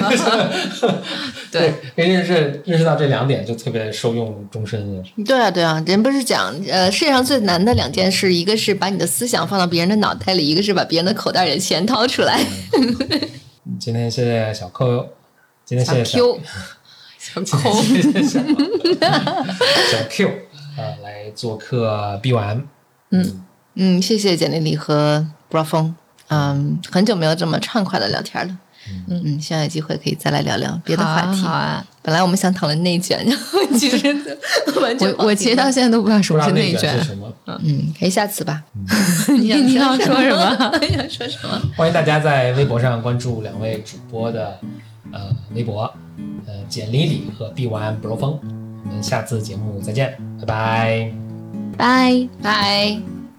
对，可以认识到这2点就特别受用终身。 对啊，人不是讲世界上最难的2件事，一个是把你的思想放到别人的脑袋里，一个是把别人的口袋里的钱掏出来。 今天谢谢小扣，今天谢谢小扣， 谢谢小 Q 来做客 BYM。 谢谢简历里和 Bro 峰。很久没有这么畅快的聊天了。希望有机会可以再来聊聊别的话题。 好啊， 本来我们想讨论内卷，然后其实完全我其实到现在都不知道什么是内卷是什么。 可以下次吧。 你要说什么？ 你要说什么？ 欢迎大家在微博上关注2位主播的微博，简历里和 BYM Bro 峰。我们下次节目再见，拜拜， 拜拜。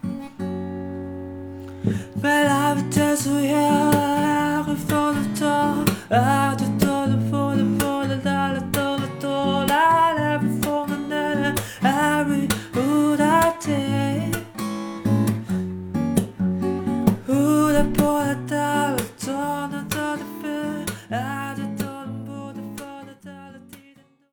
Well, I would dance with you, I would fall the door, I would do the for the dollar, I never fall the net, every would I take, who the boy